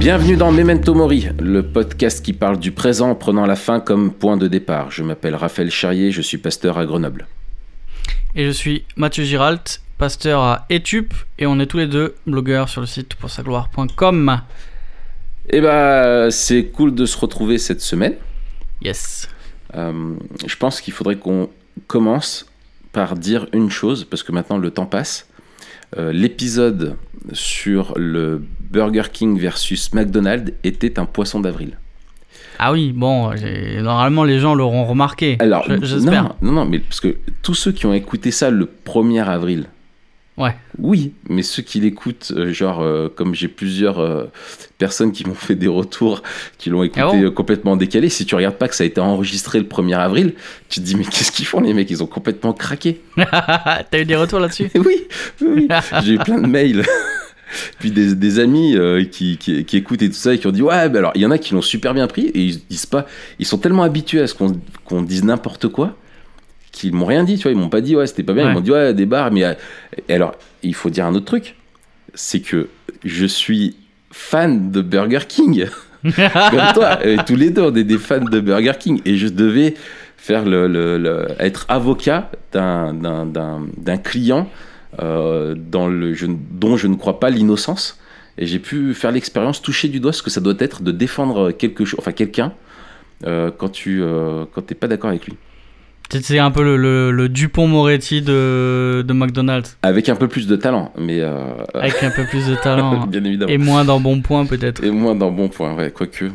Bienvenue dans Memento Mori, le podcast qui parle du présent en prenant la fin comme point de départ. Je m'appelle Raphaël Charrier, je suis pasteur à Grenoble. Et je suis Mathieu Giralt, pasteur à Etup, et on est tous les deux blogueurs sur le site poursagloire.com. Et bah, c'est cool de se retrouver cette semaine. Yes. Je pense qu'il faudrait qu'on commence par dire une chose, parce que maintenant le temps passe. L'épisode sur le Burger King versus McDonald's était un poisson d'avril. Ah oui, bon, normalement les gens l'auront remarqué. Alors, j'espère. Non, mais parce que tous ceux qui ont écouté ça le 1er avril, ouais. Oui, mais ceux qui l'écoutent, comme j'ai plusieurs personnes qui m'ont fait des retours, qui l'ont écouté complètement décalé, si tu regardes pas que ça a été enregistré le 1er avril, tu te dis mais qu'est-ce qu'ils font les mecs, ils ont complètement craqué. T'as eu des retours là-dessus? Oui, j'ai eu plein de mails. Puis des amis qui écoutent et tout ça et qui ont dit ouais, bah alors il y en a qui l'ont super bien pris et ils disent pas, ils sont tellement habitués à ce qu'on dise n'importe quoi qu'ils m'ont rien dit, tu vois, ils m'ont pas dit ouais c'était pas bien, Ils m'ont dit ouais des bars, mais et alors il faut dire un autre truc, c'est que je suis fan de Burger King comme toi, tous les deux on est des fans de Burger King et je devais faire être avocat d'un client dont je ne crois pas l'innocence, et j'ai pu faire l'expérience, toucher du doigt ce que ça doit être de défendre quelqu'un quand t'es pas d'accord avec lui. C'est un peu le Dupont-Moretti de McDonald's. Avec un peu plus de talent, mais... Avec un peu plus de talent. Bien évidemment. Et moins d'embonpoint, peut-être. Et moins d'embonpoint, ouais, quoique.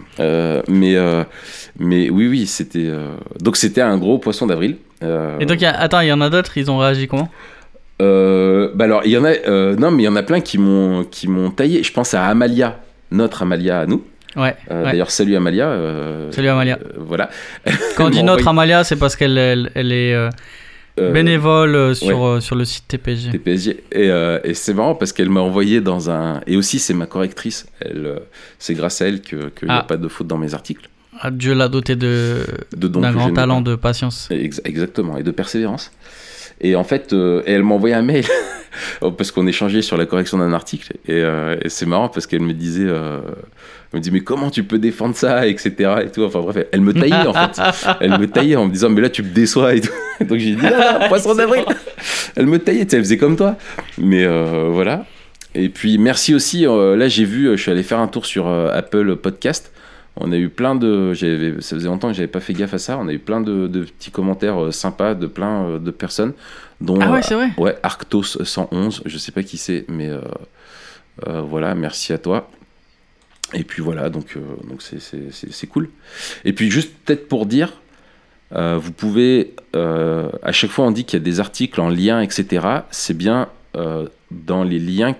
Mais oui, c'était... Donc c'était un gros poisson d'avril. Et donc, il y en a d'autres, ils ont réagi comment ? Alors, il y en a... non, mais il y en a plein qui m'ont taillé. Je pense à Amalia, notre Amalia à nous. Ouais, D'ailleurs, salut Amalia. Salut Amalia. Voilà. Quand on dit notre Amalia, c'est parce qu'elle est bénévole sur le site TPSG. TPSG. Et c'est marrant parce qu'elle m'a envoyé dans un... Et aussi, c'est ma correctrice. C'est grâce à elle qu'il n'y a pas de faute dans mes articles. Dieu l'a doté d'un grand talent de patience. Exactement, et de persévérance. Et en fait, elle m'a envoyé un mail parce qu'on échangeait sur la correction d'un article. Et c'est marrant parce qu'elle me disait... Elle me dit mais comment tu peux défendre ça, etc. et tout. Enfin bref, elle me taillait en fait. Elle me taillait en me disant mais là tu me déçois et tout. Donc j'ai dit poisson d'avril. Elle me taillait, tu sais, elle faisait comme toi. Mais voilà. Et puis merci aussi. Là j'ai vu, je suis allé faire un tour sur Apple Podcast. On a eu plein ça faisait longtemps que j'avais pas fait gaffe à ça. On a eu plein de petits commentaires sympas de plein de personnes. Dont, ah ouais, c'est vrai. Ouais, Arctos 111. Je sais pas qui c'est, mais voilà, merci à toi. Et puis voilà, donc c'est cool. Et puis juste peut-être pour dire, vous pouvez, à chaque fois on dit qu'il y a des articles en lien, etc. C'est bien dans les liens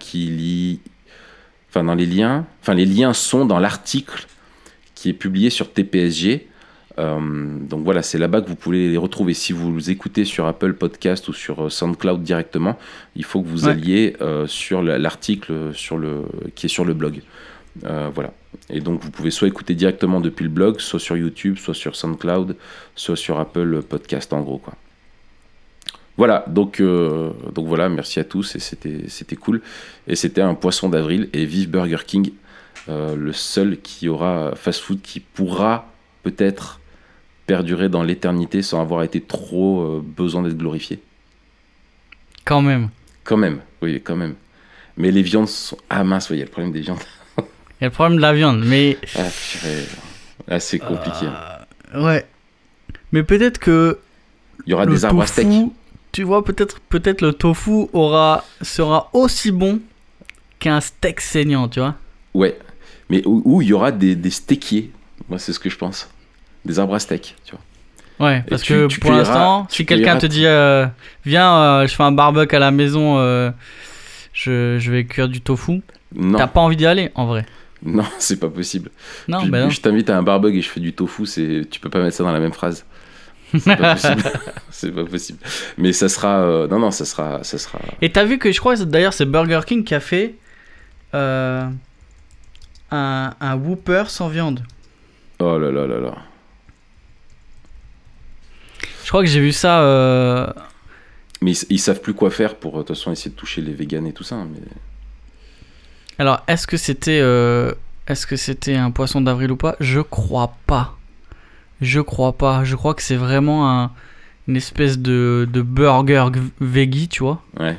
les liens sont dans l'article qui est publié sur TPSG. Donc voilà, c'est là-bas que vous pouvez les retrouver. Si vous écoutez sur Apple Podcast ou sur SoundCloud directement, il faut que vous alliez sur l'article qui est sur le blog. Voilà. Et donc vous pouvez soit écouter directement depuis le blog, soit sur YouTube, soit sur SoundCloud, soit sur Apple Podcast, en gros quoi. Voilà, donc voilà, merci à tous, et c'était cool. Et c'était un poisson d'avril, et vive Burger King, le seul qui aura fast-food qui pourra peut-être perdurer dans l'éternité sans avoir été trop besoin d'être glorifié. Quand même, oui, quand même. Mais les viandes sont... Ah mince, oui, il y a le problème des viandes. Il y a le problème de la viande, mais... c'est compliqué. Ouais. Mais peut-être que... Il y aura des arbres à steak. Tu vois, peut-être le tofu sera aussi bon qu'un steak saignant, tu vois. Ouais. Mais où il y aura des steakiers. Moi, c'est ce que je pense. Des arbres à steak, tu vois. Ouais, parce que pour l'instant, si quelqu'un te dit viens, je fais un barbecue à la maison, je vais cuire du tofu, t'as pas envie d'y aller, en vrai. Non, c'est pas possible. Non, non. Je t'invite à un barbecue et je fais du tofu, tu peux pas mettre ça dans la même phrase. C'est pas possible. C'est pas possible. Mais ça sera... Non, ça sera... Et t'as vu que je crois, d'ailleurs, c'est Burger King qui a fait un Whopper sans viande. Oh là là là là. Je crois que j'ai vu ça... Mais ils savent plus quoi faire pour, de toute façon, essayer de toucher les véganes et tout ça. Mais... Alors, est-ce que c'était est-ce que c'était un poisson d'avril ou pas? Je crois pas. Je crois que c'est vraiment une espèce de burger veggie, tu vois. Ouais.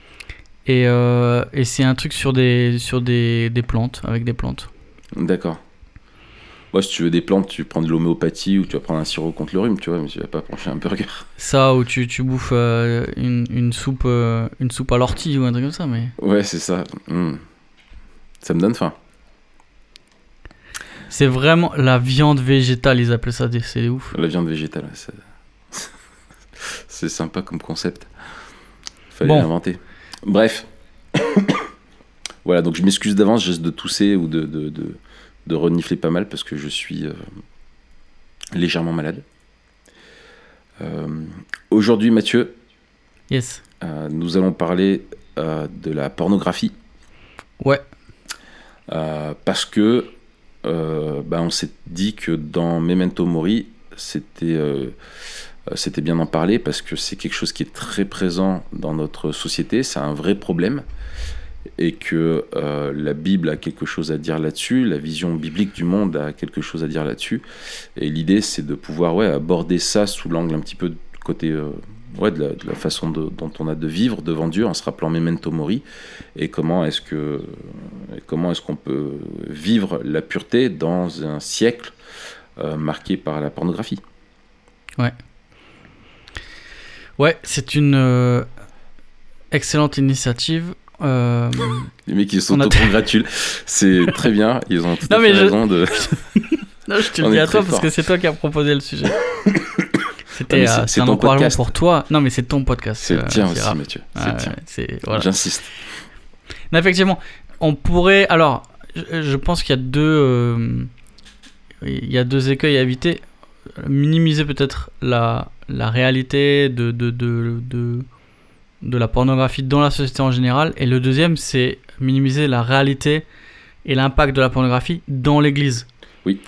Et c'est un truc sur des plantes, avec des plantes. D'accord. Moi, si tu veux des plantes, tu prends de l'homéopathie ou tu vas prendre un sirop contre le rhume, tu vois, mais tu vas pas pencher un burger. Ça, ou tu bouffes une soupe à l'ortie ou un truc comme ça, mais... Ouais, c'est ça. Ça me donne faim. C'est vraiment la viande végétale, ils appellent ça, c'est ouf. La viande végétale, c'est sympa comme concept. Fallait l'inventer. Bref. Voilà, donc je m'excuse d'avance, juste de tousser ou de renifler pas mal parce que je suis légèrement malade. Aujourd'hui, Mathieu, yes. Nous allons parler de la pornographie. Ouais. Parce que on s'est dit que dans Memento Mori, c'était bien d'en parler parce que c'est quelque chose qui est très présent dans notre société, c'est un vrai problème. Et que la Bible a quelque chose à dire là-dessus, la vision biblique du monde a quelque chose à dire là-dessus. Et l'idée, c'est de pouvoir aborder ça sous l'angle un petit peu du côté de la façon dont on a de vivre devant Dieu, en se rappelant Memento Mori, et comment est-ce qu'on peut vivre la pureté dans un siècle marqué par la pornographie. Ouais, c'est une excellente initiative. Les mecs ils s'auto-congratulent, c'est très bien, ils ont tout à fait raison de... Non, je te le dis à toi parce que c'est toi qui as proposé le sujet. C'est un encouragement pour toi. Non, mais c'est ton podcast. C'est le tien aussi, Mathieu. Voilà. J'insiste. Non, effectivement, on pourrait... Alors, je pense qu'il y a deux écueils à éviter. Minimiser peut-être la réalité de la pornographie dans la société en général, et le deuxième, c'est minimiser la réalité et l'impact de la pornographie dans l'église. Oui.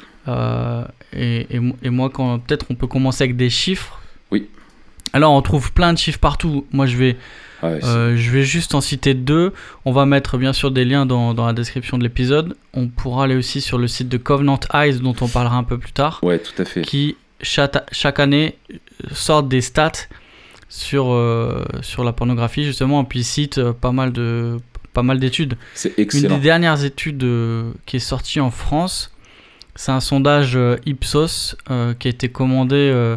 Et moi, quand peut-être on peut commencer avec des chiffres. Oui. Alors, on trouve plein de chiffres partout. Moi, je vais juste en citer 2. On va mettre bien sûr des liens dans la description de l'épisode. On pourra aller aussi sur le site de Covenant Eyes, dont on parlera un peu plus tard. Ouais, tout à fait. Qui chaque année sortent des stats sur la pornographie justement, et puis cite pas mal d'études. C'est excellent. Une des dernières études qui est sortie en France, c'est un sondage Ipsos qui a été commandé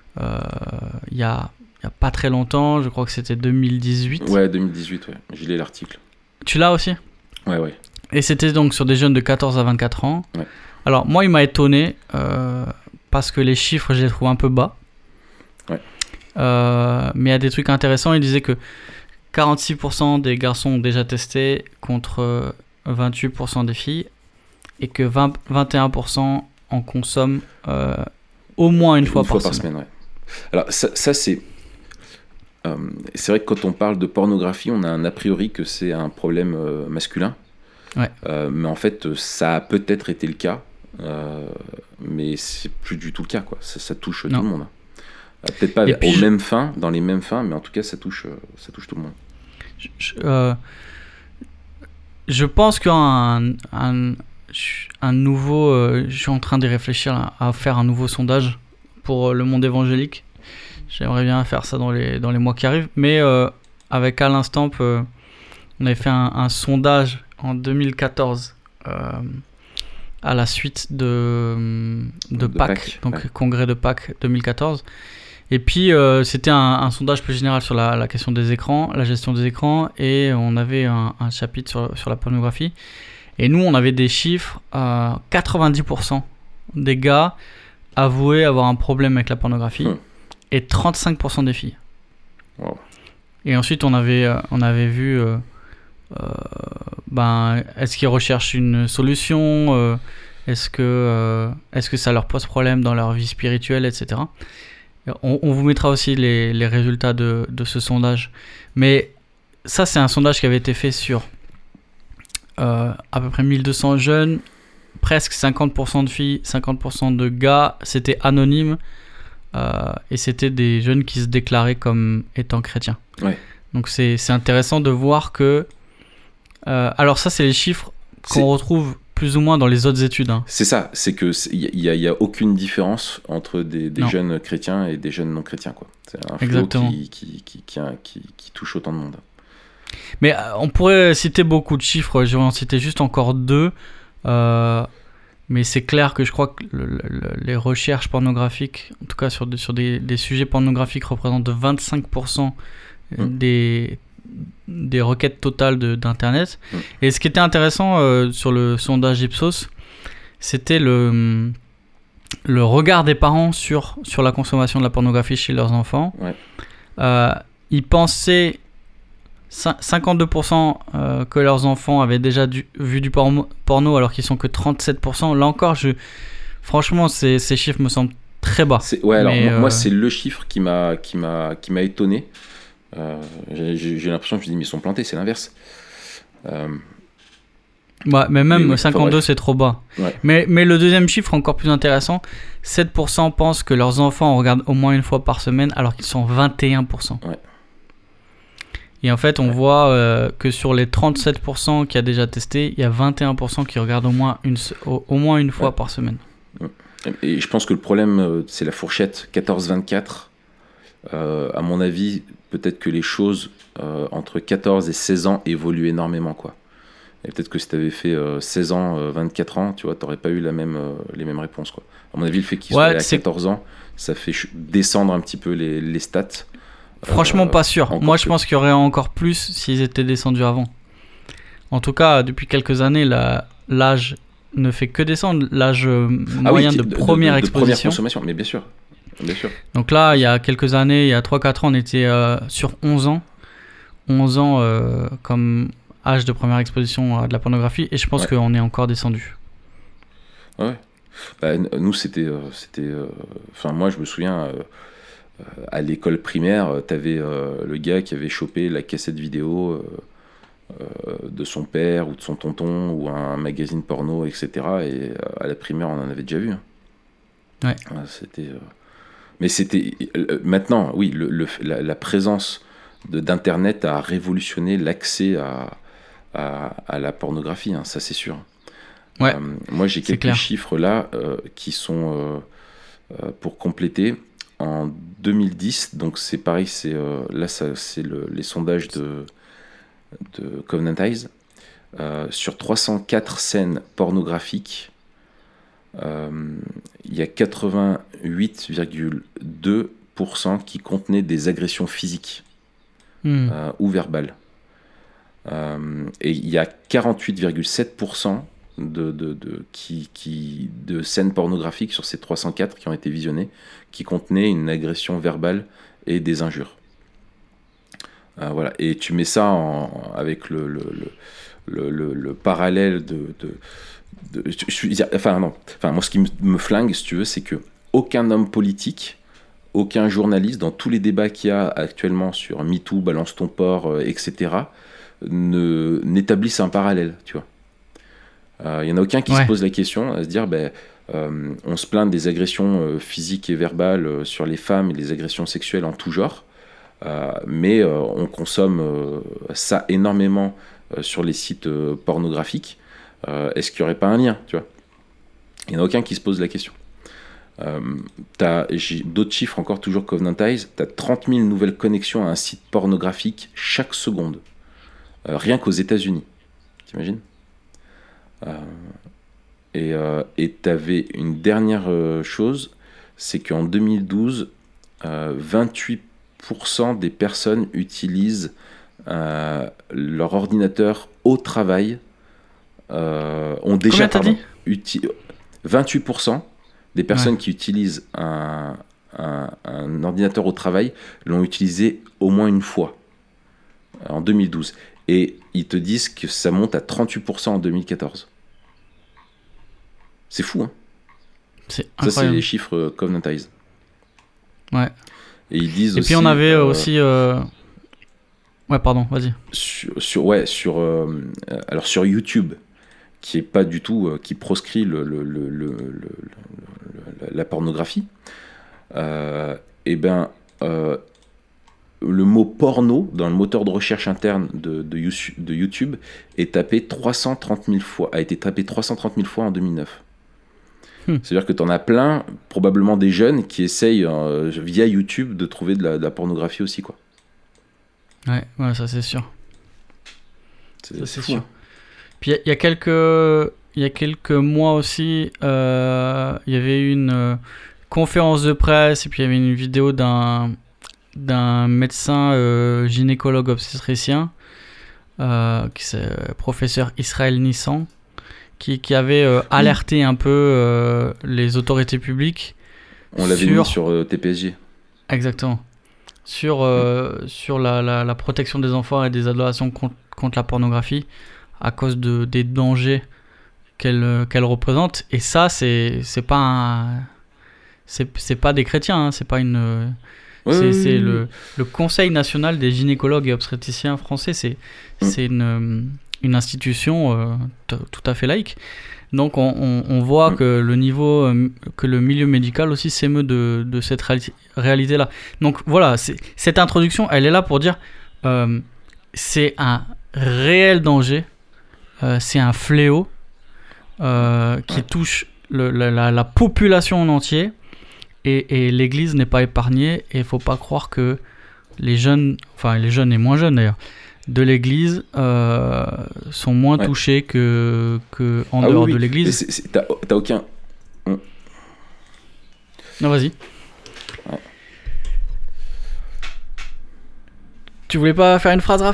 il y a pas très longtemps, je crois que c'était 2018. Ouais, 2018, ouais. J'ai lu l'article. Tu l'as aussi ? Ouais. Et c'était donc sur des jeunes de 14 à 24 ans. Ouais. Alors moi, il m'a étonné parce que les chiffres, je les trouve un peu bas. Ouais. Mais il y a des trucs intéressants. Il disait que 46% des garçons ont déjà testé contre 28% des filles, et que 21% en consomment au moins une fois par semaine. Ouais. Alors ça c'est vrai que quand on parle de pornographie, on a un a priori que c'est un problème masculin. Ouais. Mais en fait, ça a peut-être été le cas, mais c'est plus du tout le cas, quoi. Ça touche tout le monde. Peut-être pas dans les mêmes fins, mais en tout cas, ça touche tout le monde. Je pense qu'un nouveau... je suis en train de réfléchir à faire un nouveau sondage pour le monde évangélique. J'aimerais bien faire ça dans les mois qui arrivent. Mais avec Alain Stamp, on avait fait un sondage en 2014 à la suite de Pâques, donc ouais. Congrès de Pâques 2014. Et puis c'était un sondage plus général sur la question des écrans, la gestion des écrans, et on avait un chapitre sur la pornographie. Et nous, on avait des chiffres, 90% des gars avouaient avoir un problème avec la pornographie, et 35% des filles. Wow. Et ensuite, on avait vu, est-ce qu'ils recherchent une solution, est-ce que ça leur pose problème dans leur vie spirituelle, etc. On vous mettra aussi les résultats de ce sondage. Mais ça, c'est un sondage qui avait été fait sur à peu près 1200 jeunes, presque 50% de filles, 50% de gars. C'était anonyme, et c'était des jeunes qui se déclaraient comme étant chrétiens. Ouais. Donc c'est intéressant de voir que... alors ça, c'est les chiffres qu'on retrouve plus ou moins dans les autres études. Hein. C'est ça, c'est que il y a aucune différence entre des Non. jeunes chrétiens et des jeunes non chrétiens, quoi. C'est un fléau Exactement. qui touche autant de monde. Mais on pourrait citer beaucoup de chiffres, je vais en citer juste encore 2. Mais c'est clair que je crois que les recherches pornographiques, en tout cas sur des sujets pornographiques, représentent 25% des requêtes totales d'Internet. Et ce qui était intéressant sur le sondage Ipsos, c'était le regard des parents sur la consommation de la pornographie chez leurs enfants. Ouais. Ils pensaient 52% que leurs enfants avaient déjà vu du porno alors qu'ils sont que 37%. Là encore, franchement, ces chiffres me semblent très bas. Moi, c'est le chiffre qui m'a étonné. J'ai l'impression que je me dis, mais ils sont plantés, c'est l'inverse. Ouais, mais même 52, c'est trop bas. Ouais. Mais le deuxième chiffre, encore plus intéressant, 7% pensent que leurs enfants regardent au moins une fois par semaine alors qu'ils sont 21%. Ouais. Et en fait, on voit que sur les 37% qui a déjà testé, il y a 21% qui regardent au moins une fois par semaine. Et je pense que le problème, c'est la fourchette 14-24. À mon avis, peut-être que les choses entre 14 et 16 ans évoluent énormément, quoi. Et peut-être que si tu avais fait 16 ans, 24 ans, tu vois, t'aurais pas eu les mêmes réponses, quoi. À mon avis, le fait qu'ils soient à 14 ans, ça fait descendre un petit peu les stats. Franchement, pas sûr. Moi, je pense qu'il y aurait encore plus s'ils étaient descendus avant. En tout cas, depuis quelques années, l'âge ne fait que descendre. L'âge moyen de première exposition. De première consommation, mais bien sûr. Bien sûr. Donc là, il y a quelques années, il y a 3-4 ans, on était sur 11 ans. 11 ans comme âge de première exposition à de la pornographie. Et je pense qu'on est encore descendu. Ouais. Bah, nous, c'était... Enfin, moi, je me souviens... à l'école primaire, t'avais le gars qui avait chopé la cassette vidéo de son père ou de son tonton ou un magazine porno, etc. Et à la primaire, on en avait déjà vu. Ouais. C'était... Mais c'était... maintenant, oui, la présence d'Internet a révolutionné l'accès à la pornographie, hein, ça c'est sûr. Ouais, moi, j'ai quelques chiffres là qui sont pour compléter. En 2010, donc c'est pareil, c'est les sondages de Covenant Eyes. Sur 304 scènes pornographiques, il y a 88,2% qui contenaient des agressions physiques ou verbales. Et il y a 48,7% de scènes pornographiques sur ces 304 qui ont été visionnées, qui contenaient une agression verbale et des injures. Voilà. Et tu mets ça avec le parallèle moi, ce qui me flingue, si tu veux, c'est que aucun homme politique, aucun journaliste, dans tous les débats qu'il y a actuellement sur MeToo, Balance ton porc, etc., n'établissent un parallèle, tu vois. Il n'y en a aucun qui se pose la question à se dire on se plaint des agressions physiques et verbales sur les femmes et les agressions sexuelles en tout genre, mais on consomme ça énormément sur les sites pornographiques. Est-ce qu'il n'y aurait pas un lien, tu vois? Il n'y en a aucun qui se pose la question. J'ai d'autres chiffres encore, toujours Covenant Eyes. Tu as 30 000 nouvelles connexions à un site pornographique chaque seconde, rien qu'aux États-Unis. T'imagines? Et tu avais une dernière chose, c'est qu'en 2012, 28% des personnes utilisent leur ordinateur au travail. Ont déjà, combien t'as dit 28% des personnes qui utilisent un ordinateur au travail l'ont utilisé au moins une fois en 2012. Et ils te disent que ça monte à 38% en 2014. C'est fou, hein? C'est incroyable. Ça, c'est les chiffres Covenant Eyes. Ouais. Et ils disent Et aussi... puis on avait aussi... Ouais, pardon, vas-y. Alors sur YouTube, qui est pas du tout... qui proscrit la pornographie, le mot porno dans le moteur de recherche interne de YouTube est tapé 330 000 fois, a été tapé 330 000 fois en 2009. C'est-à-dire que tu en as plein, probablement des jeunes, qui essayent via YouTube de trouver de la pornographie aussi, quoi. Ouais, ça c'est sûr. C'est fou. Sûr. Puis il y a quelques mois aussi, il y avait eu une conférence de presse et puis il y avait une vidéo d'un médecin gynécologue obstétricien, qui c'est professeur Israël Nissan, qui avait alerté un peu les autorités publiques. On l'avait mis sur TPSG. Exactement. Sur la protection des enfants et des adolescents contre la pornographie à cause des dangers qu'elle représente. Et ça, c'est pas des chrétiens, hein, c'est pas une... c'est le Conseil national des gynécologues et obstétriciens français, c'est une institution tout à fait laïque. Donc on voit que le niveau, que le milieu médical aussi s'émeut de cette réalité-là. Donc voilà, cette introduction, elle est là pour dire c'est un réel danger, c'est un fléau qui touche la population en entier, et l'Église n'est pas épargnée, et il ne faut pas croire que les jeunes et moins jeunes d'ailleurs, de l'Église sont moins touchés que en dehors de l'Église. T'as aucun... Non, vas-y. Ouais. Tu voulais pas faire une phrase, Raph ?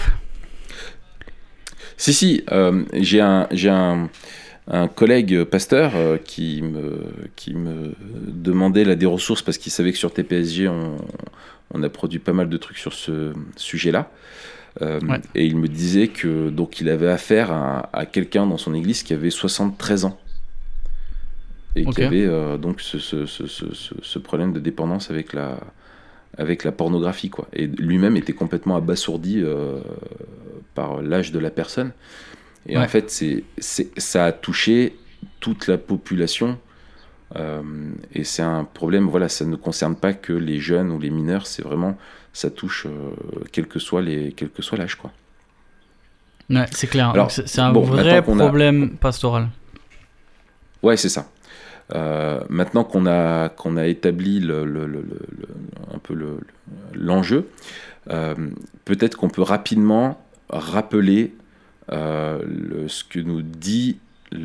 Si, j'ai un collègue pasteur qui me demandait des ressources parce qu'il savait que sur TPSG on a produit pas mal de trucs sur ce sujet-là. Et il me disait que donc il avait affaire à quelqu'un dans son église qui avait 73 ans et qui avait donc ce problème de dépendance avec la pornographie, quoi. Et lui-même était complètement abasourdi par l'âge de la personne. Et en fait, ça a touché toute la population. Et c'est un problème, voilà, ça ne concerne pas que les jeunes ou les mineurs, c'est vraiment, ça touche quel que soit l'âge, quoi. Ouais, c'est clair. Alors, c'est un vrai problème pastoral. Ouais, c'est ça. Maintenant qu'on a établi un peu l'enjeu, peut-être qu'on peut rapidement rappeler ce que nous dit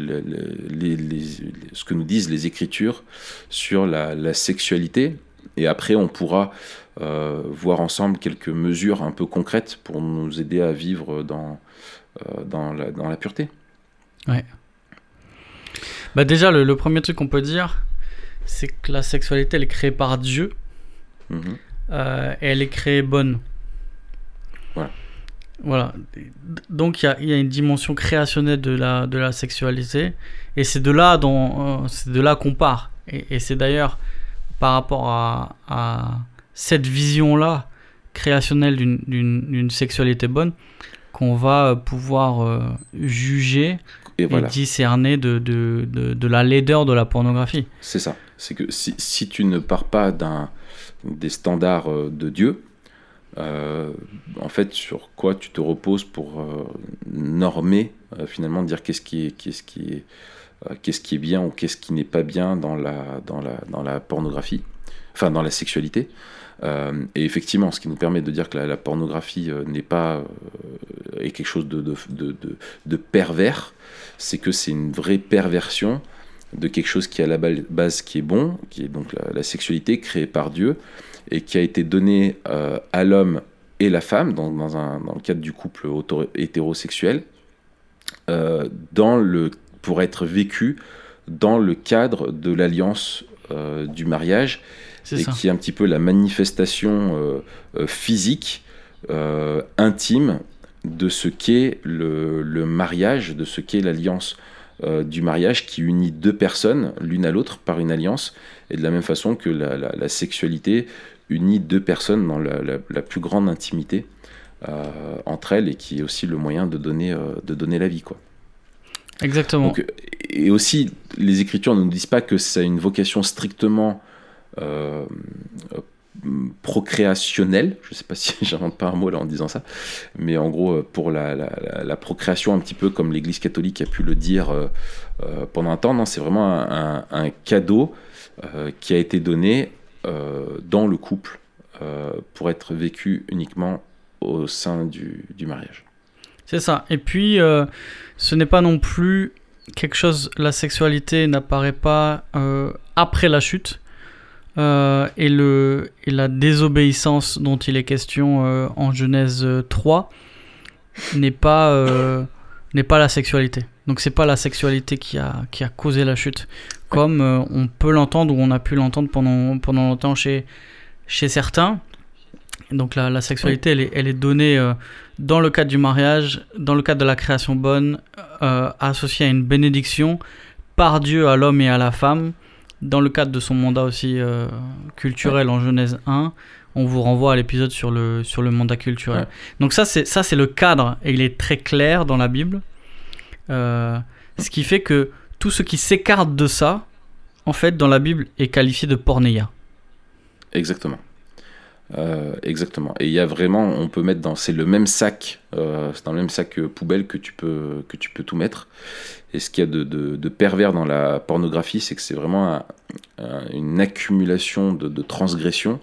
ce que nous disent les Écritures sur la sexualité, et après on pourra voir ensemble quelques mesures un peu concrètes pour nous aider à vivre dans la pureté. Ouais. Bah déjà, le premier truc qu'on peut dire, c'est que la sexualité, elle est créée par Dieu, et elle est créée bonne. Voilà. Donc il y a une dimension créationnelle de la sexualité, et c'est de là qu'on part. Et c'est d'ailleurs par rapport à cette vision-là créationnelle d'une sexualité bonne qu'on va pouvoir juger et discerner de la laideur de la pornographie. C'est ça. C'est que si tu ne pars pas des standards de Dieu, en fait, sur quoi tu te reposes pour normer, finalement, dire qu'est-ce qui est bien ou qu'est-ce qui n'est pas bien dans la pornographie, enfin dans la sexualité. Et effectivement, ce qui nous permet de dire que la pornographie n'est pas est quelque chose de pervers, c'est que c'est une vraie perversion de quelque chose qui à la base qui est bon, qui est donc la sexualité créée par Dieu, et qui a été donné à l'homme et la femme dans le cadre du couple hétérosexuel, pour être vécu dans le cadre de l'alliance du mariage, qui est un petit peu la manifestation physique, intime, de ce qu'est le mariage, de ce qu'est l'alliance du mariage qui unit deux personnes l'une à l'autre par une alliance, et de la même façon que la sexualité unit deux personnes dans la plus grande intimité entre elles, et qui est aussi le moyen de donner la vie, quoi. Exactement. Donc, et aussi, les Écritures ne nous disent pas que c'est une vocation strictement procréationnelle, je sais pas si j'invente pas un mot là en disant ça, mais en gros pour la procréation, un petit peu comme l'Église catholique a pu le dire pendant un temps. Non, c'est vraiment un cadeau qui a été donné dans le couple pour être vécu uniquement au sein du mariage. C'est ça. Et puis, ce n'est pas non plus quelque chose, la sexualité n'apparaît pas après la chute. Et la désobéissance dont il est question en Genèse 3 n'est pas la sexualité. Donc c'est pas la sexualité qui a causé la chute, comme on peut l'entendre ou on a pu l'entendre pendant longtemps chez certains. Donc la sexualité, elle est donnée dans le cadre du mariage, dans le cadre de la création bonne, associée à une bénédiction par Dieu à l'homme et à la femme, dans le cadre de son mandat aussi culturel en Genèse 1. On vous renvoie à l'épisode sur le mandat culturel. Ouais. Donc ça c'est le cadre, et il est très clair dans la Bible. Ce qui fait que tout ce qui s'écarte de ça, en fait, dans la Bible, est qualifié de pornéia. Exactement. Exactement. Et il y a vraiment, on peut mettre c'est le même sac, c'est dans le même sac poubelle que tu peux tout mettre. Et ce qu'il y a de pervers dans la pornographie, c'est que c'est vraiment une accumulation de transgressions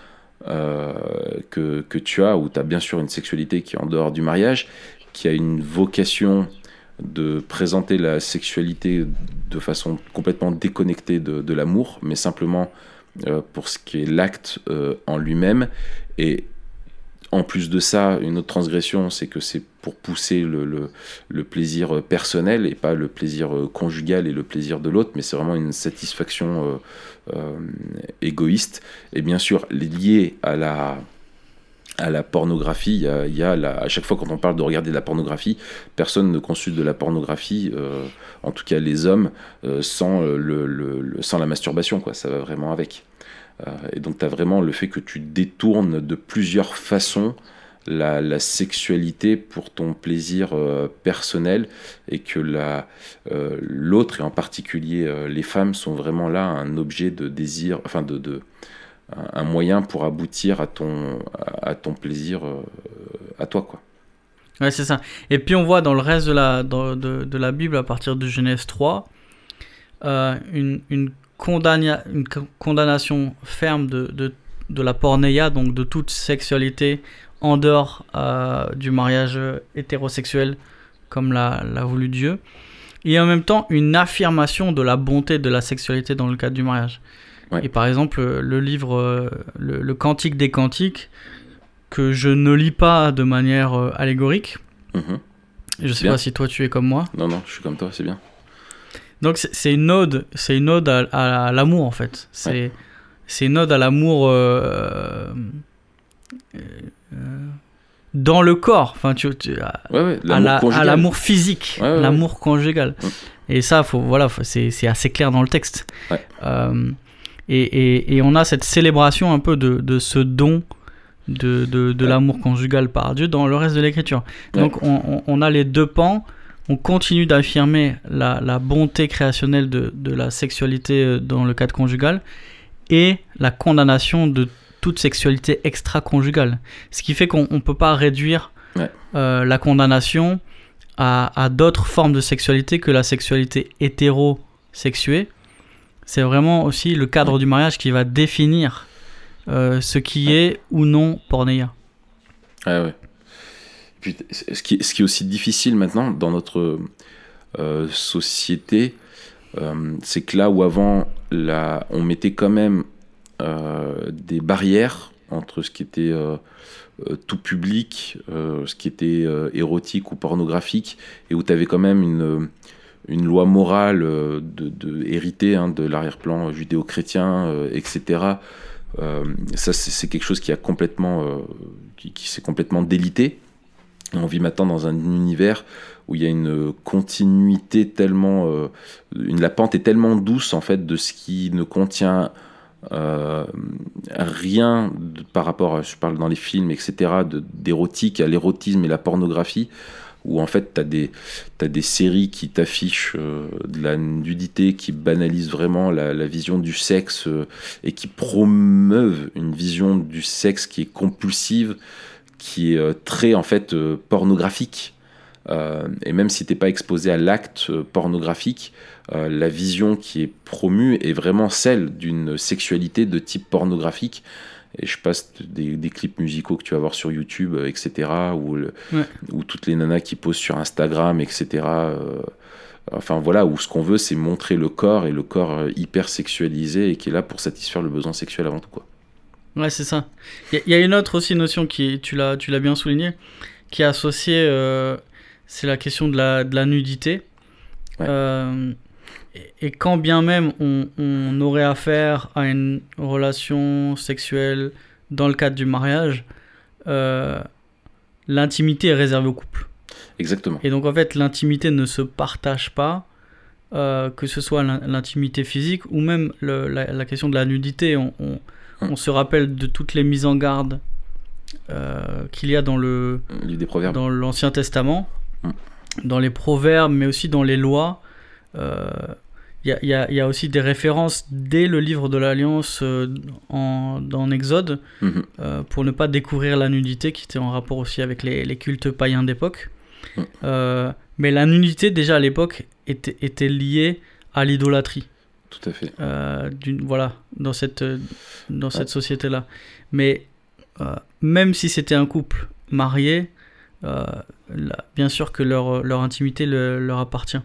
que tu as, où tu as bien sûr une sexualité qui est en dehors du mariage, qui a une vocation de présenter la sexualité de façon complètement déconnectée de l'amour, mais simplement pour ce qui est l'acte en lui-même. Et en plus de ça, une autre transgression, c'est que c'est pour pousser le plaisir personnel et pas le plaisir conjugal et le plaisir de l'autre, mais c'est vraiment une satisfaction égoïste. Et bien sûr, lié à la pornographie, il y a à chaque fois quand on parle de regarder de la pornographie, personne ne consulte de la pornographie, en tout cas les hommes, sans la masturbation, quoi. Ça va vraiment avec. Et donc tu as vraiment le fait que tu détournes de plusieurs façons la sexualité pour ton plaisir personnel, et que l'autre, et en particulier les femmes, sont vraiment là un objet de désir, enfin un moyen pour aboutir à ton plaisir à toi, quoi. Ouais, c'est ça. Et puis on voit dans le reste de la Bible, à partir de Genèse 3, une condamnation ferme de la pornéia, donc de toute sexualité en dehors du mariage hétérosexuel, comme l'a voulu Dieu. Et en même temps, une affirmation de la bonté de la sexualité dans le cadre du mariage. Ouais. Et par exemple, le livre le Cantique des Cantiques, que je ne lis pas de manière allégorique. Je sais pas si toi tu es comme moi. Non, je suis comme toi, c'est bien. Donc c'est une ode à l'amour, en fait. C'est une ode à l'amour dans le corps, enfin à l'amour physique, l'amour conjugal. Et ça, c'est assez clair dans le texte. Et on a cette célébration un peu de ce don de l'amour conjugal par Dieu dans le reste de l'écriture. Donc on a les deux pans. On continue d'affirmer la bonté créationnelle de la sexualité dans le cadre conjugal, et la condamnation de toute sexualité extra-conjugale. Ce qui fait qu'on ne peut pas réduire la condamnation à d'autres formes de sexualité que la sexualité hétérosexuée. C'est vraiment aussi le cadre du mariage qui va définir ce qui est ou non pornéia. Ouais. Puis, ce qui est aussi difficile maintenant dans notre société, c'est que là où avant on mettait quand même des barrières entre ce qui était tout public, ce qui était érotique ou pornographique, et où tu avais quand même une loi morale héritée de l'arrière-plan judéo-chrétien, etc. Ça, c'est quelque chose qui a complètement qui s'est complètement délité. On vit maintenant dans un univers où il y a une continuité tellement... la pente est tellement douce, en fait, de ce qui ne contient rien par rapport, je parle dans les films, etc., d'érotique à l'érotisme et la pornographie, où en fait t'as des séries qui t'affichent de la nudité, qui banalisent vraiment la vision du sexe et qui promeuvent une vision du sexe qui est compulsive, qui est très en fait pornographique. Et même si t'es pas exposé à l'acte pornographique, la vision qui est promue est vraiment celle d'une sexualité de type pornographique. Et je passe des clips musicaux que tu vas voir sur YouTube, etc., ou toutes les nanas qui posent sur Instagram, etc. Enfin voilà, où ce qu'on veut, c'est montrer le corps, et le corps hyper sexualisé, et qui est là pour satisfaire le besoin sexuel avant tout, quoi. Ouais, c'est ça. Il y a une autre aussi notion qui, tu l'as bien souligné, qui est associée, c'est la question de la nudité. Ouais. Et quand bien même on aurait affaire à une relation sexuelle dans le cadre du mariage, l'intimité est réservée au couple. Exactement. Et donc en fait, l'intimité ne se partage pas, que ce soit l'intimité physique ou même la question de la nudité. On se rappelle de toutes les mises en garde qu'il y a dans l'Ancien Testament, dans les proverbes, mais aussi dans les lois. Il y a aussi des références dès le livre de l'Alliance dans Exode, pour ne pas découvrir la nudité, qui était en rapport aussi avec les cultes païens d'époque. Mais la nudité, déjà à l'époque, était liée à l'idolâtrie. Tout à fait. Voilà, dans cette société-là. Mais même si c'était un couple marié, bien sûr que leur intimité leur appartient.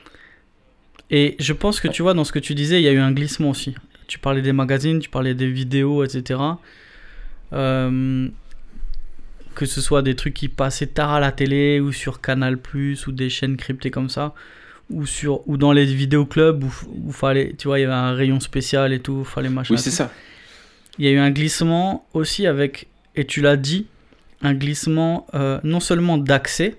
Et je pense que tu vois, dans ce que tu disais, il y a eu un glissement aussi. Tu parlais des magazines, tu parlais des vidéos, etc. Que ce soit des trucs qui passaient tard à la télé, ou sur Canal+, ou des chaînes cryptées comme ça, ou dans les vidéoclubs où fallait, tu vois, il y avait un rayon spécial et tout, fallait machin. Oui, c'est ça. Il y a eu un glissement aussi avec, et tu l'as dit, un glissement non seulement d'accès,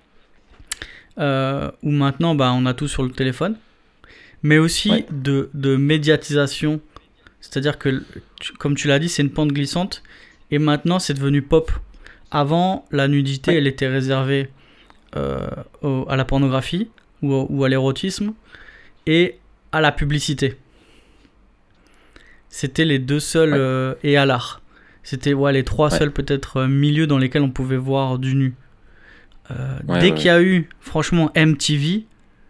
où maintenant on a tout sur le téléphone, mais aussi de médiatisation. C'est-à-dire que, comme tu l'as dit, c'est une pente glissante, et maintenant c'est devenu pop. Avant, la nudité, elle était réservée à la pornographie ou à l'érotisme et à la publicité. C'était les deux seuls, et à l'art. C'était les trois seuls peut-être milieux dans lesquels on pouvait voir du nu. Dès qu'il y a eu, franchement, MTV,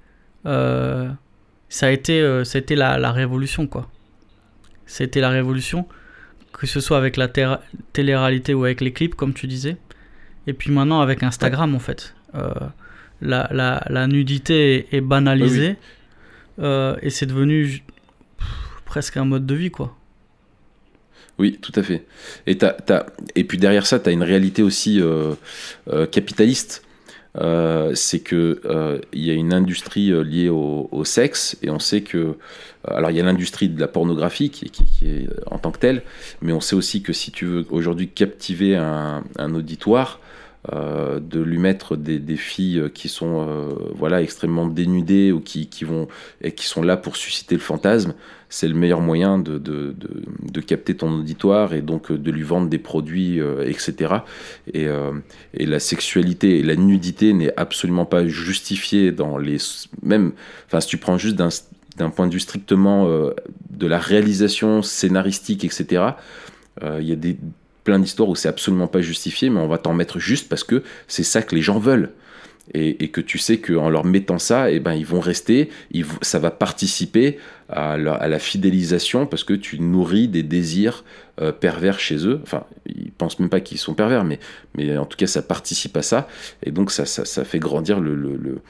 ça a été la révolution, quoi. C'était la révolution, que ce soit avec la télé-réalité ou avec les clips, comme tu disais. Et puis maintenant, avec Instagram, en fait. La nudité est banalisée, et c'est devenu presque un mode de vie, quoi. Oui, tout à fait. Et puis derrière ça, tu as une réalité aussi capitaliste. C'est que il y a une industrie liée au sexe, et on sait que alors il y a l'industrie de la pornographie qui est en tant que telle, mais on sait aussi que si tu veux aujourd'hui captiver un auditoire, de lui mettre des filles qui sont extrêmement dénudées, ou qui sont là pour susciter le fantasme, c'est le meilleur moyen de capter ton auditoire, et donc de lui vendre des produits, etc. Et la sexualité et la nudité n'est absolument pas justifiée dans même, si tu prends juste d'un point de vue strictement de la réalisation scénaristique, etc. Il y a plein d'histoires où c'est absolument pas justifié, mais on va t'en mettre juste parce que c'est ça que les gens veulent. Et que tu sais qu'en leur mettant ça, ils vont rester, ça va participer à la fidélisation, parce que tu nourris des désirs pervers chez eux. Enfin, ils pensent même pas qu'ils sont pervers, mais en tout cas, ça participe à ça. Et donc, ça fait grandir le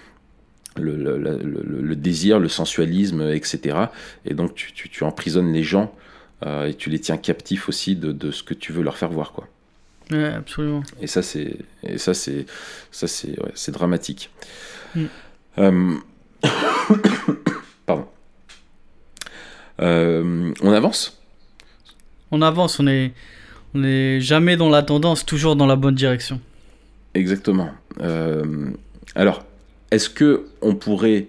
désir, le sensualisme, etc. Et donc, tu emprisonnes les gens, et tu les tiens captifs aussi de ce que tu veux leur faire voir, quoi. Ouais, absolument. Et ça c'est dramatique. Pardon. On avance. On avance. On est jamais dans la tendance, toujours dans la bonne direction. Exactement. Alors, est-ce que on pourrait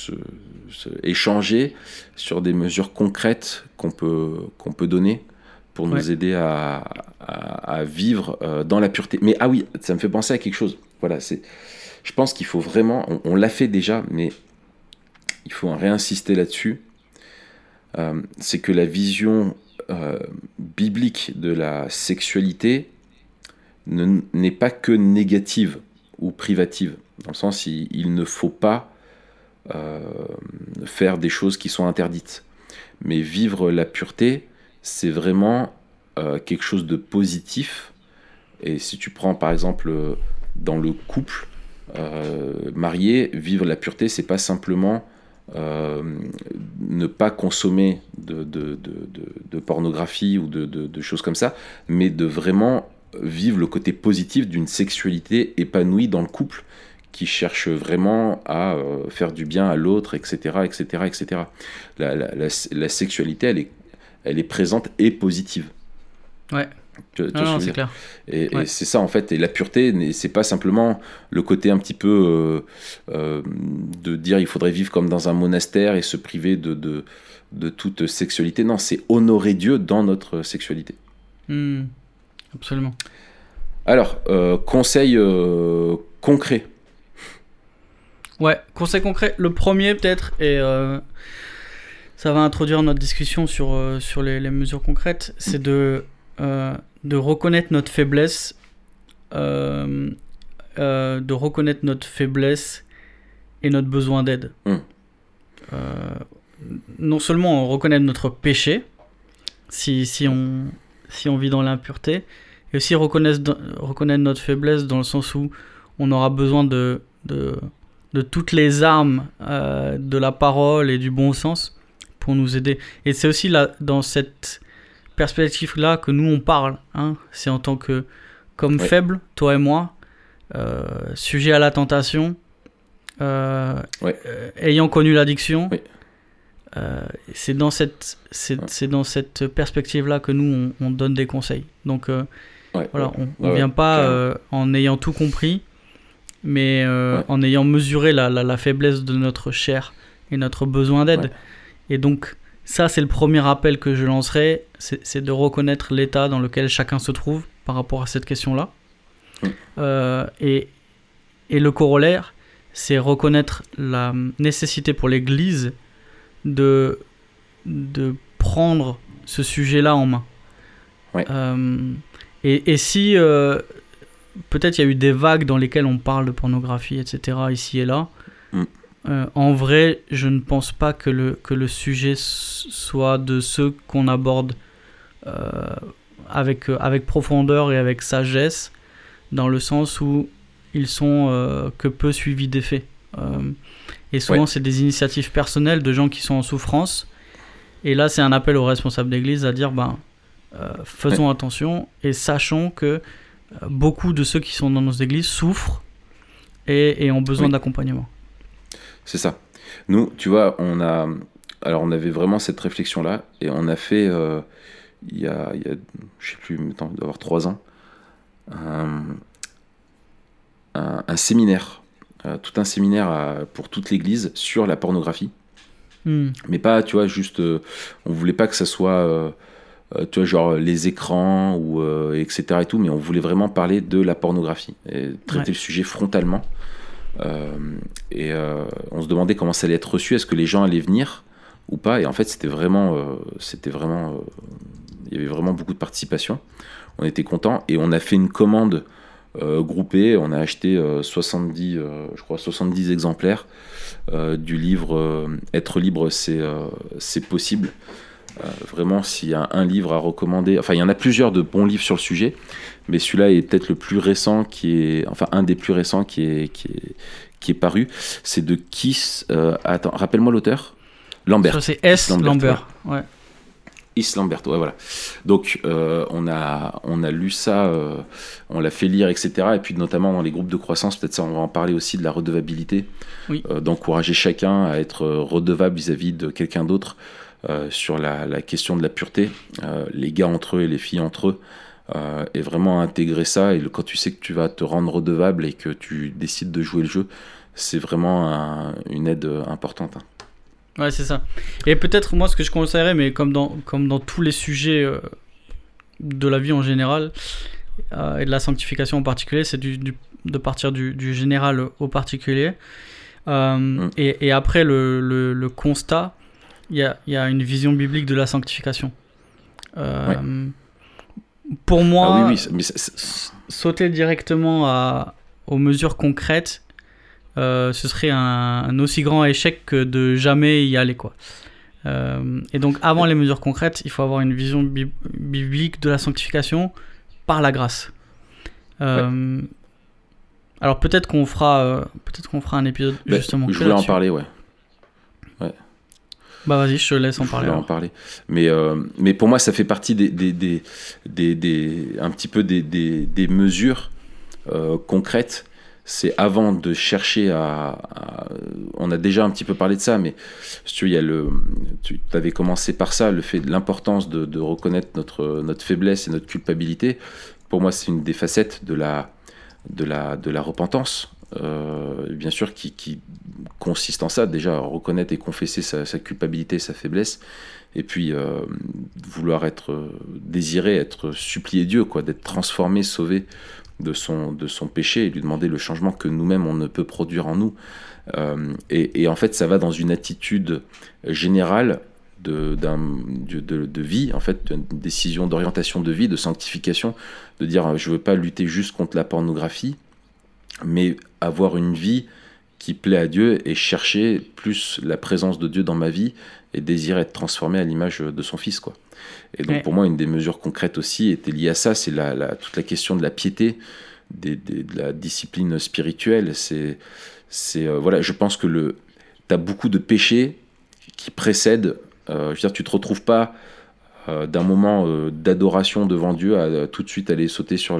échanger sur des mesures concrètes qu'on peut donner pour nous aider à vivre dans la pureté. Mais ah oui, ça me fait penser à quelque chose. Voilà, je pense qu'il faut vraiment, on l'a fait déjà, mais il faut réinsister là-dessus. C'est que la vision biblique de la sexualité n'est pas que négative ou privative. Dans le sens, il ne faut pas faire des choses qui sont interdites. Mais vivre la pureté, c'est vraiment quelque chose de positif. Et si tu prends par exemple dans le couple marié, vivre la pureté, c'est pas simplement ne pas consommer de pornographie ou de choses comme ça, mais de vraiment vivre le côté positif d'une sexualité épanouie dans le couple qui cherche vraiment à faire du bien à l'autre, etc., etc., etc. La sexualité, elle est présente et positive. Ouais. Non, c'est clair. Et c'est ça en fait. Et la pureté, c'est pas simplement le côté un petit peu de dire il faudrait vivre comme dans un monastère et se priver de toute sexualité. Non, c'est honorer Dieu dans notre sexualité. Absolument. Alors, conseil concret. Ouais, conseil concret. Le premier peut-être, et ça va introduire notre discussion sur les mesures concrètes, c'est de reconnaître notre faiblesse, et notre besoin d'aide. Non seulement on reconnaît notre péché, si on vit dans l'impureté, et aussi reconnaître notre faiblesse dans le sens où on aura besoin de toutes les armes de la parole et du bon sens pour nous aider. Et c'est aussi là, dans cette perspective-là que nous on parle, hein. C'est en tant que comme faible, toi et moi, sujet à la tentation, ayant connu l'addiction. C'est dans cette perspective-là que nous on donne des conseils. Donc voilà, on vient pas en ayant tout compris, mais en ayant mesuré la faiblesse de notre chair et notre besoin d'aide. Et donc ça, c'est le premier appel que je lancerai, c'est de reconnaître l'état dans lequel chacun se trouve par rapport à cette question-là. Et le corollaire, c'est reconnaître la nécessité pour l'Église de prendre ce sujet-là en main. Et si peut-être il y a eu des vagues dans lesquelles on parle de pornographie, etc., ici et là, en vrai, je ne pense pas que le sujet soit de ceux qu'on aborde avec profondeur et avec sagesse, dans le sens où ils sont que peu suivis d'effets. Et souvent, c'est des initiatives personnelles de gens qui sont en souffrance. Et là, c'est un appel aux responsables d'église à dire faisons attention et sachons que beaucoup de ceux qui sont dans nos églises souffrent et ont besoin d'accompagnement. C'est ça. Nous, tu vois, on avait vraiment cette réflexion-là et on a fait, il y a je sais plus, il doit y avoir 3 ans, un séminaire, tout un séminaire pour toute l'église sur la pornographie. Mais pas, tu vois, juste, on voulait pas que ça soit, tu vois, genre les écrans ou etc. et tout, mais on voulait vraiment parler de la pornographie et traiter le sujet frontalement. On se demandait comment ça allait être reçu, est-ce que les gens allaient venir ou pas, et en fait c'était vraiment il y avait vraiment beaucoup de participation, on était contents et on a fait une commande groupée, on a acheté 70 exemplaires du livre Être libre c'est possible. Vraiment, s'il y a un livre à recommander, enfin il y en a plusieurs de bons livres sur le sujet, mais celui-là est peut-être le plus récent, un des plus récents qui est paru. C'est de Keith, attends, rappelle-moi l'auteur. Lambert. C'est S. Lambert. Ouais. Is Lambert, ouais, voilà. Donc on a lu ça, on l'a fait lire, etc. Et puis notamment dans les groupes de croissance, peut-être ça, on va en parler aussi, de la redevabilité, d'encourager chacun à être redevable vis-à-vis de quelqu'un d'autre. Sur la question de la pureté, les gars entre eux et les filles entre eux, et vraiment intégrer ça. Et quand tu sais que tu vas te rendre redevable et que tu décides de jouer le jeu, c'est vraiment une aide importante. Ouais, c'est ça. Et peut-être moi ce que je conseillerais, mais comme dans tous les sujets de la vie en général et de la sanctification en particulier, c'est de partir du général au particulier. Et après le constat, il y a une vision biblique de la sanctification. Pour moi, sauter directement aux mesures concrètes, ce serait un aussi grand échec que de jamais y aller, quoi. Et donc avant les mesures concrètes, il faut avoir une vision biblique de la sanctification par la grâce. Alors peut-être qu'on fera un épisode justement. Je voulais en parler, ouais. Bah vas-y, je te laisse en parler. En parler. Mais pour moi, ça fait partie un petit peu des mesures concrètes. C'est avant de chercher on a déjà un petit peu parlé de ça, mais si tu veux, tu avais commencé par ça, le fait de l'importance de reconnaître notre faiblesse et notre culpabilité. Pour moi, c'est une des facettes de la repentance, bien sûr, qui consiste en ça, déjà reconnaître et confesser sa culpabilité, sa faiblesse, et puis vouloir désirer être supplier Dieu, quoi, d'être transformé, sauvé de son péché, et lui demander le changement que nous-mêmes on ne peut produire en nous. Et en fait, ça va dans une attitude générale de vie, en fait, une décision d'orientation de vie, de sanctification, de dire je veux pas lutter juste contre la pornographie, mais avoir une vie qui plaît à Dieu et chercher plus la présence de Dieu dans ma vie et désirer être transformé à l'image de son Fils, quoi. Et donc pour moi, une des mesures concrètes aussi était liée à ça, c'est toute la question de la piété, de la discipline spirituelle. Voilà, je pense que t'as beaucoup de péchés qui précèdent. Je veux dire, tu te retrouves pas d'un moment d'adoration devant Dieu à tout de suite aller sauter sur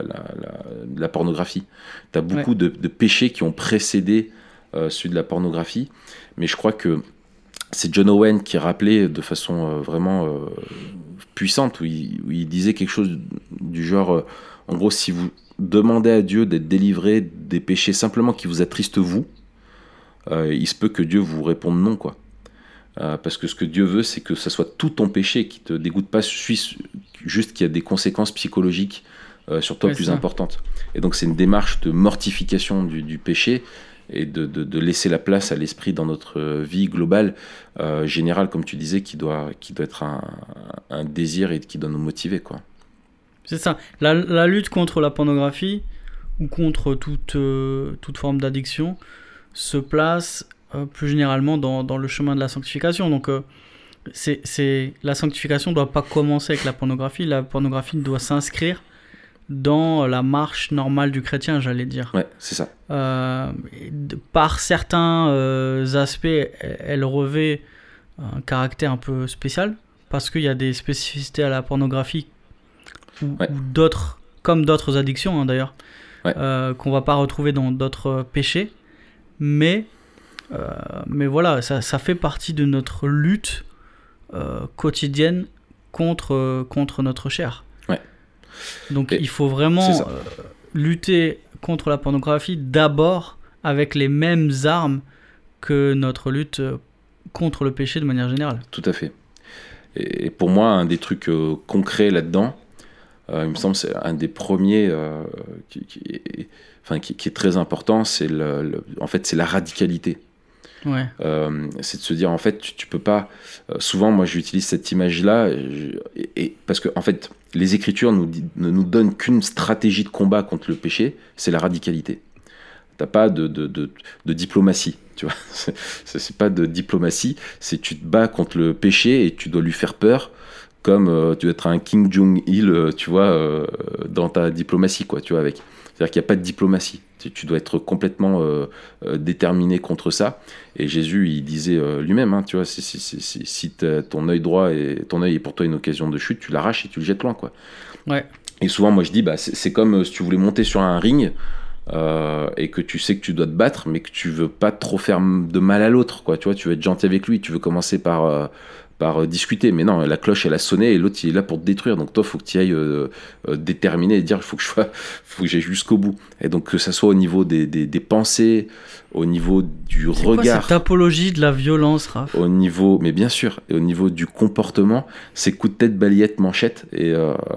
la pornographie. Tu as beaucoup de péchés qui ont précédé celui de la pornographie, mais je crois que c'est John Owen qui rappelait de façon vraiment puissante, où il disait quelque chose du genre, en gros, si vous demandez à Dieu d'être délivré des péchés simplement qui vous attristent vous, il se peut que Dieu vous réponde non, quoi. Parce que ce que Dieu veut, c'est que ça soit tout ton péché qui te dégoûte, pas juste qu'il y a des conséquences psychologiques sur toi plus importantes. Et donc c'est une démarche de mortification du péché et de laisser la place à l'esprit dans notre vie globale, générale, comme tu disais, qui doit être un désir et qui doit nous motiver, quoi. C'est ça. La lutte contre la pornographie ou contre toute forme d'addiction se place plus généralement dans le chemin de la sanctification. Donc la sanctification ne doit pas commencer avec la pornographie. La pornographie doit s'inscrire dans la marche normale du chrétien, j'allais dire. Ouais, c'est ça. Par certains aspects, elle revêt un caractère un peu spécial, parce qu'il y a des spécificités à la pornographie ou d'autres, comme d'autres addictions, hein, d'ailleurs, qu'on ne va pas retrouver dans d'autres péchés. Mais voilà, ça fait partie de notre lutte quotidienne contre notre chair. Ouais. Donc il faut vraiment lutter contre la pornographie d'abord avec les mêmes armes que notre lutte contre le péché de manière générale. Tout à fait. Et pour moi, un des trucs concrets là-dedans, il me semble c'est un des premiers qui est très important, c'est en fait c'est la radicalité. Ouais. C'est de se dire en fait tu peux pas. Souvent moi j'utilise cette image-là parce que en fait les Écritures ne nous donnent qu'une stratégie de combat contre le péché, c'est la radicalité. T'as pas de diplomatie, tu vois. C'est pas de diplomatie, c'est tu te bats contre le péché et tu dois lui faire peur. Comme tu dois être un Kim Jong-il, tu vois, dans ta diplomatie, quoi, tu vois, avec. C'est-à-dire qu'il n'y a pas de diplomatie. Tu dois être complètement déterminé contre ça. Et Jésus, il disait lui-même, hein, tu vois, si ton œil droit ton œil est pour toi une occasion de chute, tu l'arraches et tu le jettes loin, quoi. Ouais. Et souvent, moi, je dis, c'est comme si tu voulais monter sur un ring et que tu sais que tu dois te battre, mais que tu veux pas trop faire de mal à l'autre, quoi. Tu vois, tu veux être gentil avec lui. Tu veux commencer par discuter. Mais non, la cloche, elle a sonné et l'autre, il est là pour te détruire. Donc toi, faut que tu ailles déterminer et dire, faut que j'aille jusqu'au bout. Et donc que ça soit au niveau des pensées, au niveau du C'est regard. quoi cette apologie de la violence, Raph? Au niveau, mais bien sûr, et au niveau du comportement, c'est coup de tête, balayette, manchette. Et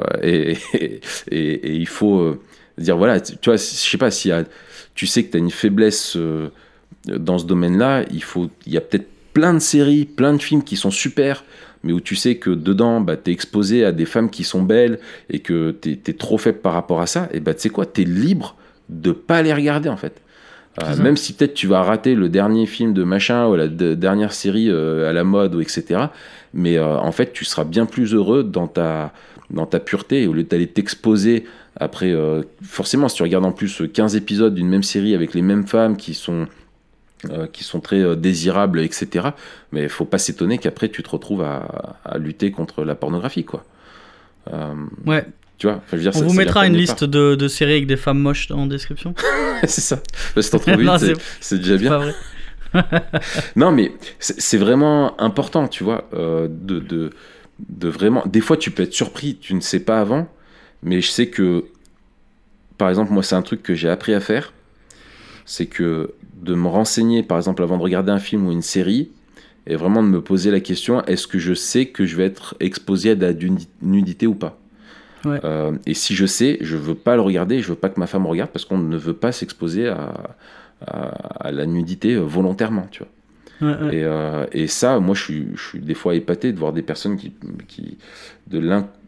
il faut dire, voilà, tu vois, je sais pas, tu sais que tu as une faiblesse dans ce domaine-là, il y a peut-être plein de séries, plein de films qui sont super, mais où tu sais que dedans, bah, tu es exposé à des femmes qui sont belles et que tu es trop faible par rapport à ça, et bah, tu sais quoi, tu es libre de pas les regarder en fait. Même si peut-être tu vas rater le dernier film de machin ou la dernière série à la mode ou etc. Mais en fait, tu seras bien plus heureux dans ta pureté, au lieu d'aller t'exposer après. Forcément, si tu regardes en plus 15 épisodes d'une même série avec les mêmes femmes qui sont très désirables, etc. Mais il faut pas s'étonner qu'après tu te retrouves à lutter contre la pornographie, quoi. Ouais. Tu vois, je veux dire, on ça, vous ça mettra vient une pas de liste de séries avec des femmes moches en description. c'est ça. Si t'en trouves Non, une, c'est déjà bien. Pas vrai. Non, mais c'est vraiment important, tu vois, de vraiment. Des fois, tu peux être surpris, tu ne sais pas avant, mais je sais que, par exemple, moi, c'est un truc que j'ai appris à faire, c'est que de me renseigner, par exemple, avant de regarder un film ou une série, et vraiment de me poser la question, est-ce que je sais que je vais être exposé à de la nudité ou pas? Ouais. Et si je sais, je veux pas le regarder, je veux pas que ma femme regarde parce qu'on ne veut pas s'exposer à la nudité volontairement, tu vois. Ouais. Et ça, moi, je suis des fois épaté de voir des personnes qui de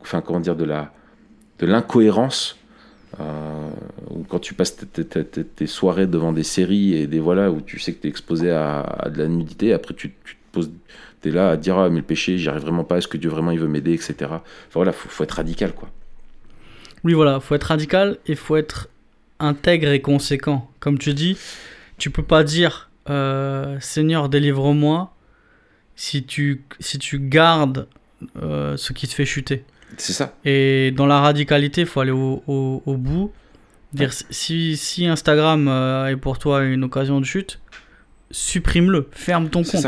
l'incohérence. Où quand tu passes tes soirées devant des séries et où tu sais que tu es exposé à de la nudité, après tu te poses, t'es là à dire mais le péché, j'y arrive vraiment pas, est-ce que Dieu vraiment il veut m'aider, etc. Enfin voilà, faut être radical, quoi. Oui, voilà, faut être radical et faut être intègre et conséquent. Comme tu dis, tu peux pas dire Seigneur, délivre-moi si tu gardes ce qui te fait chuter. C'est ça. Et dans la radicalité, il faut aller au bout. Dire si Instagram est pour toi une occasion de chute, supprime-le, ferme ton compte.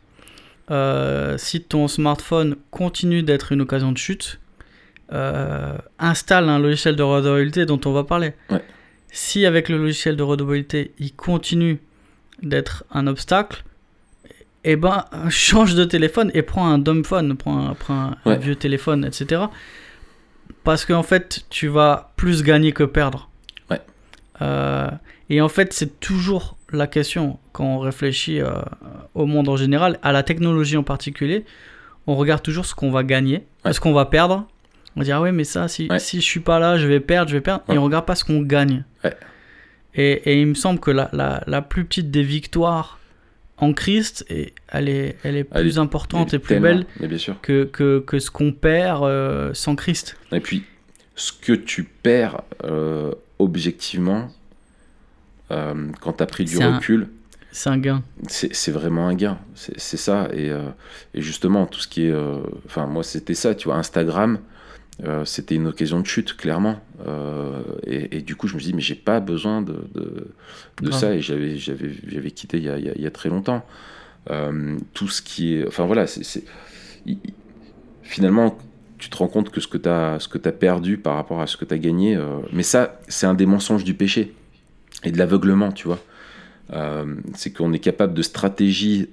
Si ton smartphone continue d'être une occasion de chute, installe un logiciel de redevabilité dont on va parler. Ouais. Si avec le logiciel de redevabilité, il continue d'être un obstacle, eh ben change de téléphone et prends un dumb phone, prends un vieux téléphone, etc. Parce qu'en fait, tu vas plus gagner que perdre. Ouais. Et en fait, c'est toujours la question quand on réfléchit au monde en général, à la technologie en particulier. On regarde toujours ce qu'on va gagner, ce qu'on va perdre. On va dire, ah ouais, mais ça, si je suis pas là, je vais perdre. Ouais. Et on regarde pas ce qu'on gagne. Ouais. Et il me semble que la plus petite des victoires en Christ, elle est plus importante et plus belle que ce qu'on perd sans Christ. Et puis, ce que tu perds objectivement, quand tu as pris du recul... C'est un gain. C'est vraiment un gain. C'est ça. Et justement, tout ce qui est... moi, c'était ça, tu vois, Instagram... c'était une occasion de chute, clairement. Et du coup, je me dis, mais j'ai pas besoin de ça. Et j'avais quitté il y a très longtemps. Tout ce qui est... Enfin, voilà, finalement, tu te rends compte que ce que t'as perdu par rapport à ce que t'as gagné... mais ça, c'est un des mensonges du péché. Et de l'aveuglement, tu vois. C'est qu'on est capable de stratégies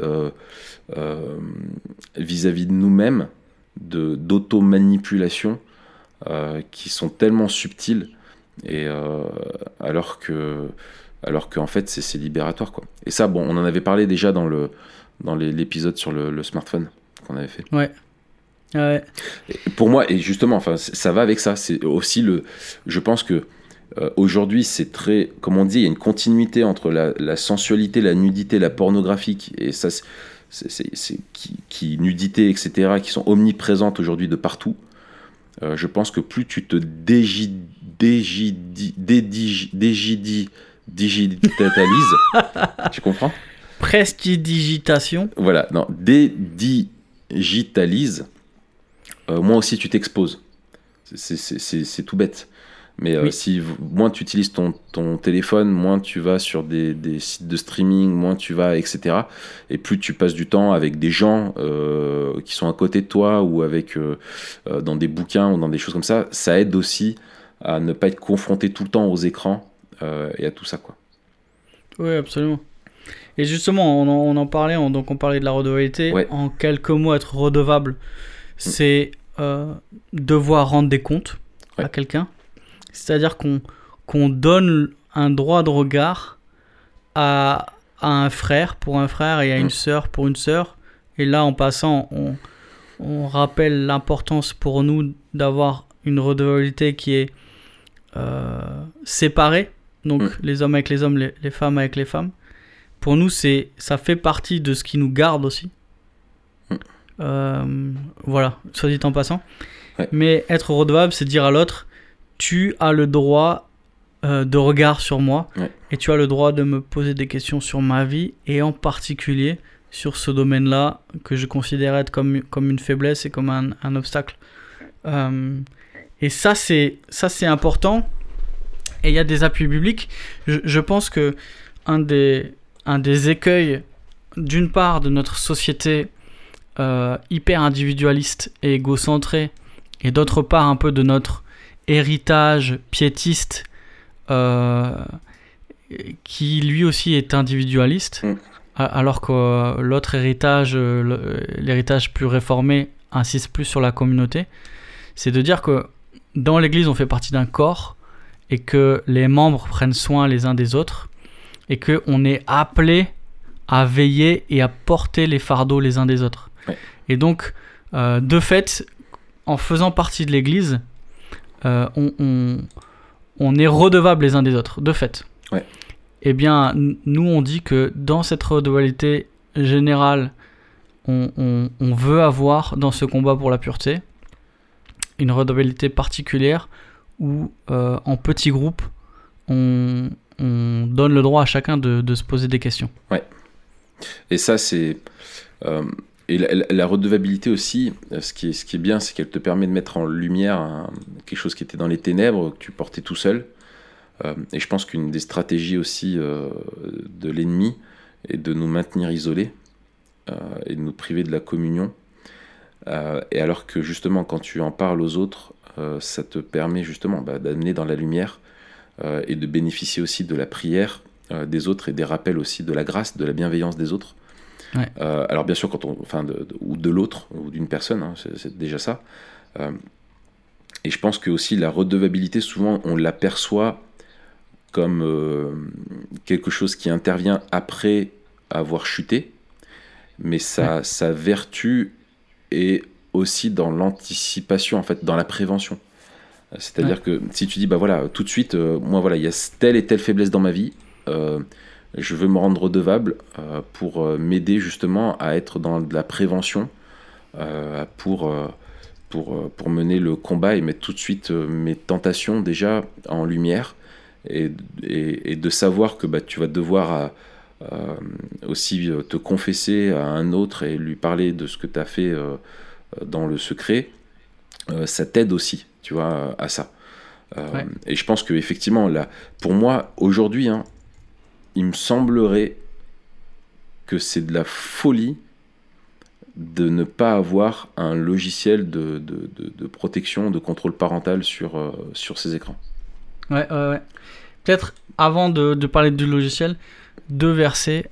vis-à-vis de nous-mêmes, d'auto-manipulation, qui sont tellement subtiles, et alors qu'en fait c'est libératoire, quoi. Et ça, bon, on en avait parlé déjà dans l'épisode sur le smartphone qu'on avait fait. Ouais. Et pour moi, et justement, enfin, ça va avec ça. C'est aussi je pense que aujourd'hui, c'est très, comme on dit, il y a une continuité entre la sensualité, la nudité, la pornographique, et ça, nudité, etc., qui sont omniprésentes aujourd'hui de partout. Je pense que plus tu te digitalises, tu comprends ? Prestidigitation. Voilà, non, dédigitalises, moins aussi tu t'exposes. C'est tout bête. Mais si moins tu utilises ton téléphone, moins tu vas sur des sites de streaming, moins tu vas, etc. Et plus tu passes du temps avec des gens qui sont à côté de toi ou avec dans des bouquins ou dans des choses comme ça, ça aide aussi à ne pas être confronté tout le temps aux écrans et à tout ça, quoi. Oui, absolument. Et justement, on en parlait, donc on parlait de la redevabilité. Ouais. En quelques mots, être redevable, c'est devoir rendre des comptes à quelqu'un. C'est-à-dire qu'on donne un droit de regard à un frère pour un frère et à une sœur pour une sœur. Et là, en passant, on rappelle l'importance pour nous d'avoir une redevabilité qui est séparée. Donc les hommes avec les hommes, les femmes avec les femmes. Pour nous, ça fait partie de ce qui nous garde aussi. Voilà, soit dit en passant. Ouais. Mais être redevable, c'est dire à l'autre, tu as le droit de regard sur moi, et tu as le droit de me poser des questions sur ma vie, et en particulier sur ce domaine-là que je considère être comme une faiblesse et comme un obstacle. Et ça, c'est important. Et il y a des appuis bibliques. Je pense que un des écueils, d'une part, de notre société hyper individualiste et égocentrée, et d'autre part, un peu de notre héritage piétiste qui lui aussi est individualiste, alors que l'autre héritage, l'héritage plus réformé, insiste plus sur la communauté. C'est de dire que dans l'Église, on fait partie d'un corps et que les membres prennent soin les uns des autres et qu'on est appelé à veiller et à porter les fardeaux les uns des autres. Ouais. Et donc, de fait, en faisant partie de l'Église, on est redevable les uns des autres, de fait. Ouais. Eh bien, nous, on dit que dans cette redevabilité générale, on veut avoir, dans ce combat pour la pureté, une redevabilité particulière où, en petits groupes, on donne le droit à chacun de se poser des questions. Ouais. Et ça, c'est... et la redevabilité aussi, ce qui est bien, c'est qu'elle te permet de mettre en lumière quelque chose qui était dans les ténèbres, que tu portais tout seul. Et je pense qu'une des stratégies aussi de l'ennemi est de nous maintenir isolés et de nous priver de la communion. Et alors que justement, quand tu en parles aux autres, ça te permet justement d'amener dans la lumière et de bénéficier aussi de la prière des autres et des rappels aussi de la grâce, de la bienveillance des autres. Ouais. Alors bien sûr, ou de l'autre, ou d'une personne, hein, c'est déjà ça. Et je pense que aussi la redevabilité, souvent, on l'aperçoit comme quelque chose qui intervient après avoir chuté, mais sa vertu est aussi dans l'anticipation, en fait, dans la prévention. C'est-à-dire que si tu dis, tout de suite, moi, il y a telle et telle faiblesse dans ma vie, je veux me rendre redevable pour m'aider justement à être dans de la prévention, pour mener le combat et mettre tout de suite mes tentations déjà en lumière, et de savoir que tu vas devoir aussi te confesser à un autre et lui parler de ce que tu as fait dans le secret. Ça t'aide aussi, tu vois, à ça. Ouais. Et je pense qu'effectivement, là, pour moi, aujourd'hui, il me semblerait que c'est de la folie de ne pas avoir un logiciel de protection, de contrôle parental sur ces écrans. Ouais. Peut-être, avant de parler du logiciel, 2 versets.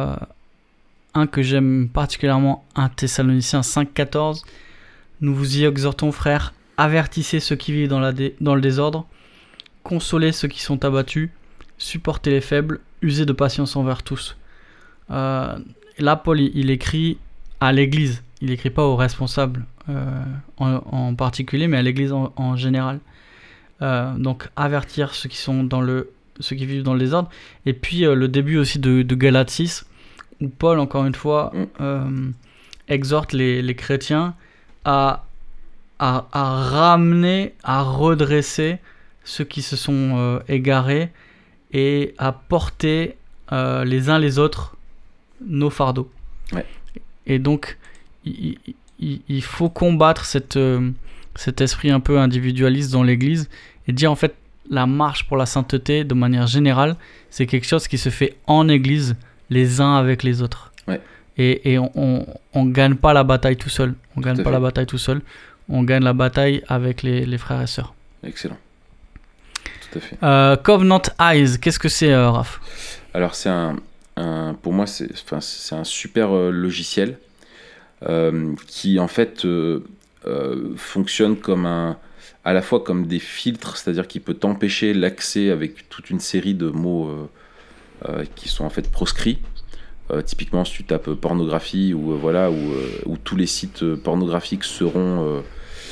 Un que j'aime particulièrement, 1 Thessaloniciens 5,14. Nous vous y exhortons, frères, avertissez ceux qui vivent dans le désordre, consolez ceux qui sont abattus, supportez les faibles, usez de patience envers tous. Là, Paul, il écrit à l'Église. Il n'écrit pas aux responsables en particulier, mais à l'Église en général. Donc, avertir ceux qui vivent dans le désordre. Et puis, le début aussi de Galates 6, où Paul, encore une fois, exhorte les chrétiens à ramener, à redresser ceux qui se sont égarés et à porter les uns les autres nos fardeaux. Ouais. Et donc, il faut combattre cet esprit un peu individualiste dans l'Église et dire en fait, la marche pour la sainteté, de manière générale, c'est quelque chose qui se fait en église, les uns avec les autres. Ouais. Et on gagne pas la bataille tout seul. On gagne pas la bataille tout seul. On gagne la bataille avec les frères et sœurs. Excellent. Tout à fait. Covenant Eyes, qu'est-ce que c'est, Raph ? Alors, pour moi, c'est un super logiciel qui, en fait, fonctionne à la fois comme des filtres, c'est-à-dire qu'il peut t'empêcher l'accès avec toute une série de mots qui sont en fait proscrits. Typiquement, si tu tapes pornographie ou où tous les sites pornographiques seront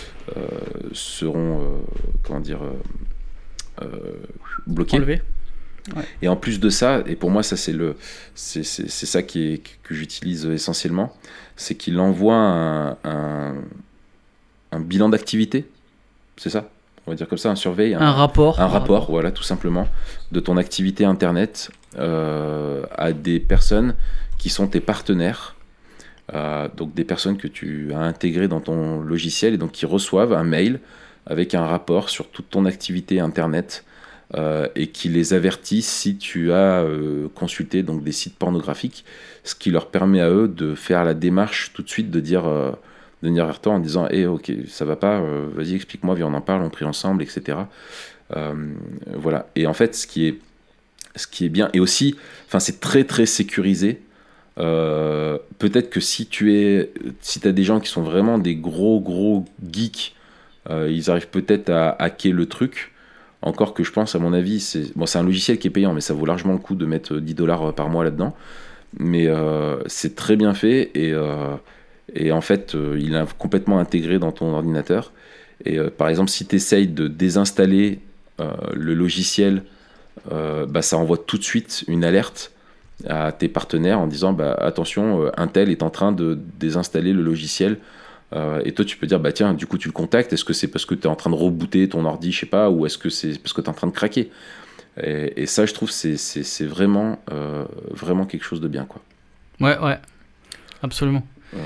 bloqués. Enlevé. Ouais. Et en plus de ça, et pour moi ça c'est ça que j'utilise essentiellement, c'est qu'il envoie un bilan d'activité, c'est ça, on va dire comme ça, un surveil, un rapport, voilà, tout simplement, de ton activité internet à des personnes qui sont tes partenaires, donc des personnes que tu as intégrées dans ton logiciel et donc qui reçoivent un mail avec un rapport sur toute ton activité internet et qui les avertit si tu as consulté donc des sites pornographiques, ce qui leur permet à eux de faire la démarche tout de suite de venir vers toi en disant hey, ok, ça va pas, vas-y explique-moi, viens on en parle, on prie ensemble, etc. Voilà. Et en fait ce qui est bien, et aussi c'est très très sécurisé. Peut-être que si t'as des gens qui sont vraiment des gros geeks, ils arrivent peut-être à hacker le truc. Encore que je pense, à mon avis, c'est un logiciel qui est payant, mais ça vaut largement le coup de mettre $10 par mois là-dedans. Mais c'est très bien fait et en fait, il est complètement intégré dans ton ordinateur. Et par exemple, si tu essayes de désinstaller le logiciel, ça envoie tout de suite une alerte à tes partenaires en disant attention, un tel est en train de désinstaller le logiciel. Et toi tu peux dire tiens, du coup tu le contactes, est-ce que c'est parce que tu es en train de rebooter ton ordi, je sais pas, ou est-ce que c'est parce que tu es en train de craquer, et ça je trouve c'est vraiment quelque chose de bien, quoi. Ouais, absolument.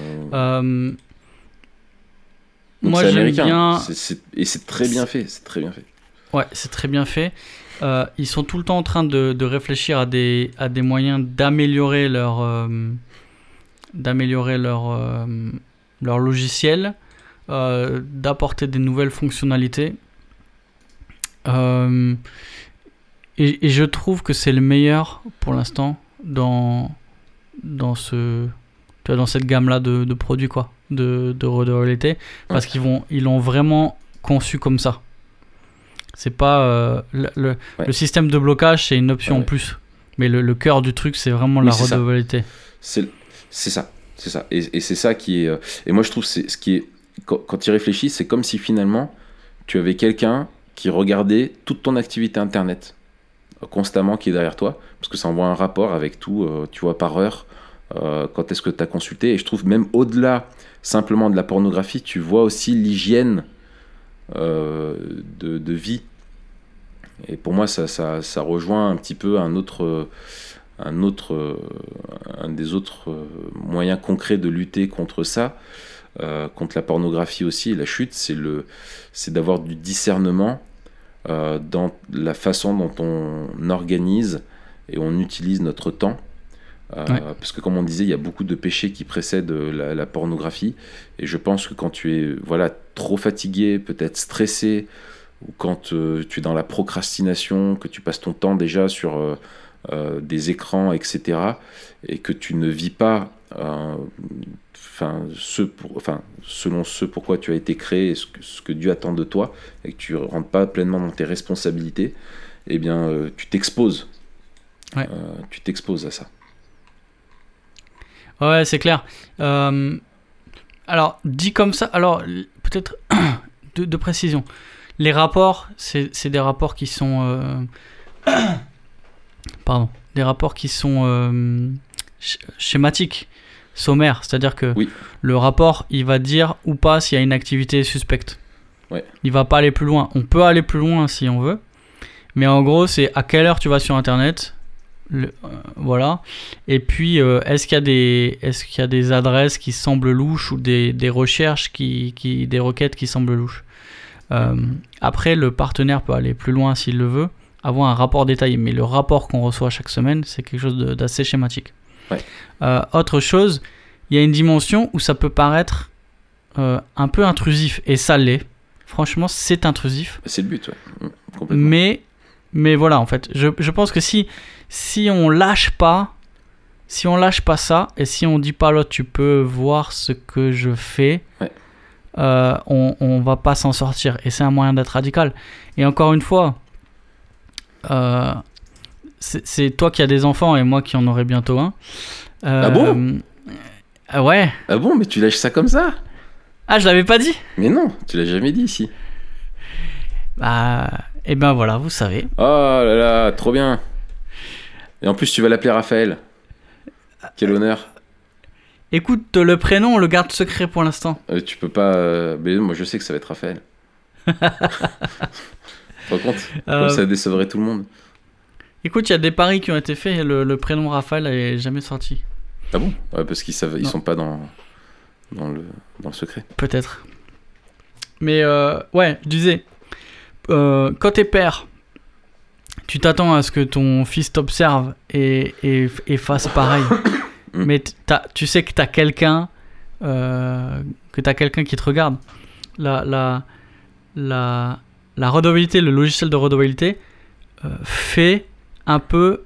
Donc moi c'est j'aime américain, bien et c'est très bien fait, ouais, c'est très bien fait. Ils sont tout le temps en train de réfléchir à des moyens d'améliorer leur logiciel, d'apporter des nouvelles fonctionnalités. Et je trouve que c'est le meilleur pour l'instant dans cette gamme-là de produits, quoi, de redevabilité, parce qu'ils l'ont vraiment conçu comme ça. C'est pas le système de blocage, c'est une option en plus, mais le cœur du truc, c'est vraiment la redevabilité. C'est ça. Et c'est ça qui est. Et moi, je trouve ce qui est. Quand tu y réfléchis, c'est comme si finalement tu avais quelqu'un qui regardait toute ton activité internet constamment, qui est derrière toi, parce que ça envoie un rapport avec tout, tu vois, par heure, quand est-ce que tu as consulté. Et je trouve même au-delà simplement de la pornographie, tu vois aussi l'hygiène de vie. Et pour moi, ça rejoint un petit peu un des autres moyens concrets de lutter contre ça, contre la pornographie aussi, et la chute, c'est d'avoir du discernement dans la façon dont on organise et on utilise notre temps. Parce que comme on disait, il y a beaucoup de péchés qui précèdent la pornographie, et je pense que quand tu es trop fatigué, peut-être stressé, ou quand tu es dans la procrastination, que tu passes ton temps déjà sur des écrans, etc., et que tu ne vis pas selon ce pourquoi tu as été créé, et ce que Dieu attend de toi, et que tu ne rentres pas pleinement dans tes responsabilités, eh bien tu t'exposes. Tu t'exposes à ça. Ouais, c'est clair. Alors, dit comme ça, peut-être de précision. Les rapports, c'est des rapports qui sont... des rapports qui sont schématiques, sommaires. C'est-à-dire que le rapport, il va dire ou pas s'il y a une activité suspecte. Ouais. Il va pas aller plus loin. On peut aller plus loin si on veut. Mais en gros, c'est à quelle heure tu vas sur Internet. Voilà. Et puis, est-ce qu'il y a des adresses qui semblent louches ou des recherches des requêtes qui semblent louches. Après, le partenaire peut aller plus loin s'il le veut, avoir un rapport détaillé, mais le rapport qu'on reçoit chaque semaine, c'est quelque chose d'assez schématique. Ouais. Autre chose, il y a une dimension où ça peut paraître un peu intrusif, et ça l'est. Franchement, c'est intrusif. C'est le but, ouais. Complètement. Mais voilà, en fait, je pense que si on lâche pas ça, et si on dit pas à l'autre, tu peux voir ce que je fais, ouais. On va pas s'en sortir. Et c'est un moyen d'être radical. Et encore une fois, c'est toi qui as des enfants et moi qui en aurai bientôt un. Ah bon? Ouais. Ah bon, mais tu lâches ça comme ça? Ah, je l'avais pas dit? Mais non, tu l'as jamais dit ici. Et ben voilà, vous savez. Oh là là, trop bien. Et en plus, tu vas l'appeler Raphaël. Quel honneur. Écoute, le prénom, on le garde secret pour l'instant. Tu peux pas... Mais moi, je sais que ça va être Raphaël. Tu te rends compte? Comme ça décevrait tout le monde. Écoute, il y a des paris qui ont été faits et le prénom Raphaël n'est jamais sorti. Ah bon? Ouais, parce qu'ils savent, ils sont pas dans le secret. Peut-être. Mais ouais, je disais, quand t'es père, tu t'attends à ce que ton fils t'observe et fasse pareil. Mais tu sais que t'as quelqu'un qui te regarde. La redevabilité, le logiciel de redevabilité fait un peu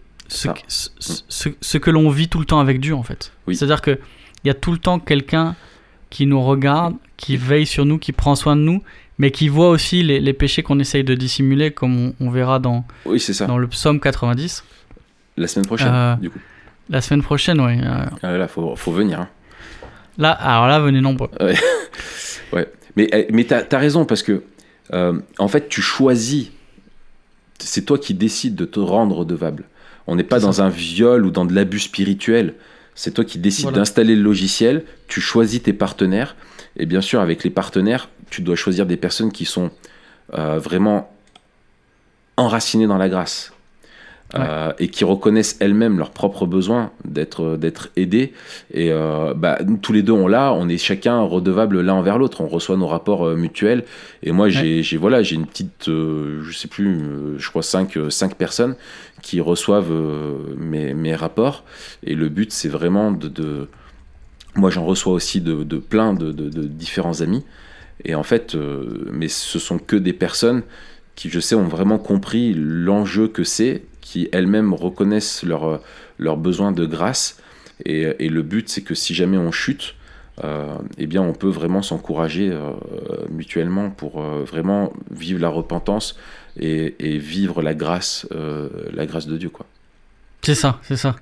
ce que l'on vit tout le temps avec Dieu, en fait. Oui. C'est-à-dire qu'il y a tout le temps quelqu'un qui nous regarde, qui veille sur nous, qui prend soin de nous, mais qui voit aussi les péchés qu'on essaye de dissimuler, comme on verra dans le psaume 90. La semaine prochaine, du coup. La semaine prochaine, oui. Là, faut venir. Hein. Alors là, venez nombreux. Ouais. Mais t'as raison, parce que en fait, tu choisis. C'est toi qui décides de te rendre redevable. On n'est pas dans un viol ou dans de l'abus spirituel. C'est toi qui décides d'installer le logiciel. Tu choisis tes partenaires. Et bien sûr, avec les partenaires, tu dois choisir des personnes qui sont vraiment enracinées dans la grâce. Et qui reconnaissent elles-mêmes leurs propres besoins d'être aidées. Et nous, tous les deux, on est chacun redevable l'un envers l'autre. On reçoit nos rapports mutuels. Et moi, j'ai une petite, je sais plus, je crois 5 personnes qui reçoivent mes rapports. Et le but, c'est vraiment moi, j'en reçois aussi de plein de différents amis. Et en fait, mais ce sont que des personnes qui, je sais, ont vraiment compris l'enjeu que c'est, qui elles-mêmes reconnaissent leurs besoins de grâce. Et le but, c'est que si jamais on chute, eh bien, on peut vraiment s'encourager mutuellement pour vraiment vivre la repentance et vivre la grâce de Dieu, quoi. C'est ça.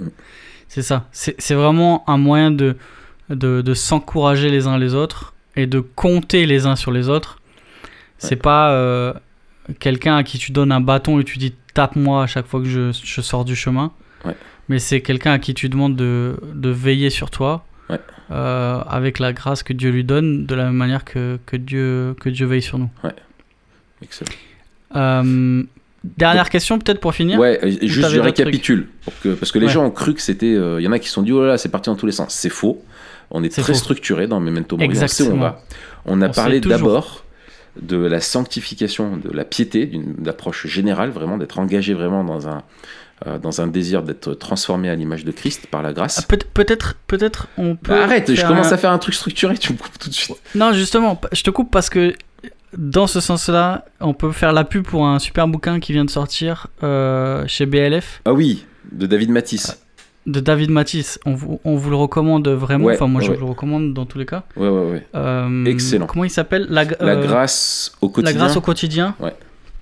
C'est vraiment un moyen de s'encourager les uns les autres et de compter les uns sur les autres. C'est pas quelqu'un à qui tu donnes un bâton et tu dis tape-moi à chaque fois que je sors du chemin. Mais c'est quelqu'un à qui tu demandes de veiller sur toi avec la grâce que Dieu lui donne, de la même manière que Dieu veille sur nous. Excellent. Dernière question peut-être pour finir. Juste je récapitule parce que les gens ont cru que c'était il y en a qui se sont dit oh là là, c'est parti dans tous les sens. C'est faux. On est très structuré dans Memento Mori. On sait où on va. On a parlé d'abord de la sanctification, de la piété, d'une approche générale, vraiment d'être engagé vraiment dans un désir d'être transformé à l'image de Christ par la grâce. Peut-être on peut... arrête, je commence à faire un truc structuré, tu me coupes tout de suite. Non, justement, je te coupe parce que dans ce sens-là, on peut faire la pub pour un super bouquin qui vient de sortir chez BLF. Ah oui, de David Matisse. De David Matisse, on vous le recommande vraiment. Enfin, moi, je vous le recommande dans tous les cas. Ouais. Excellent. Comment il s'appelle? La grâce au quotidien. La grâce au quotidien. Ouais.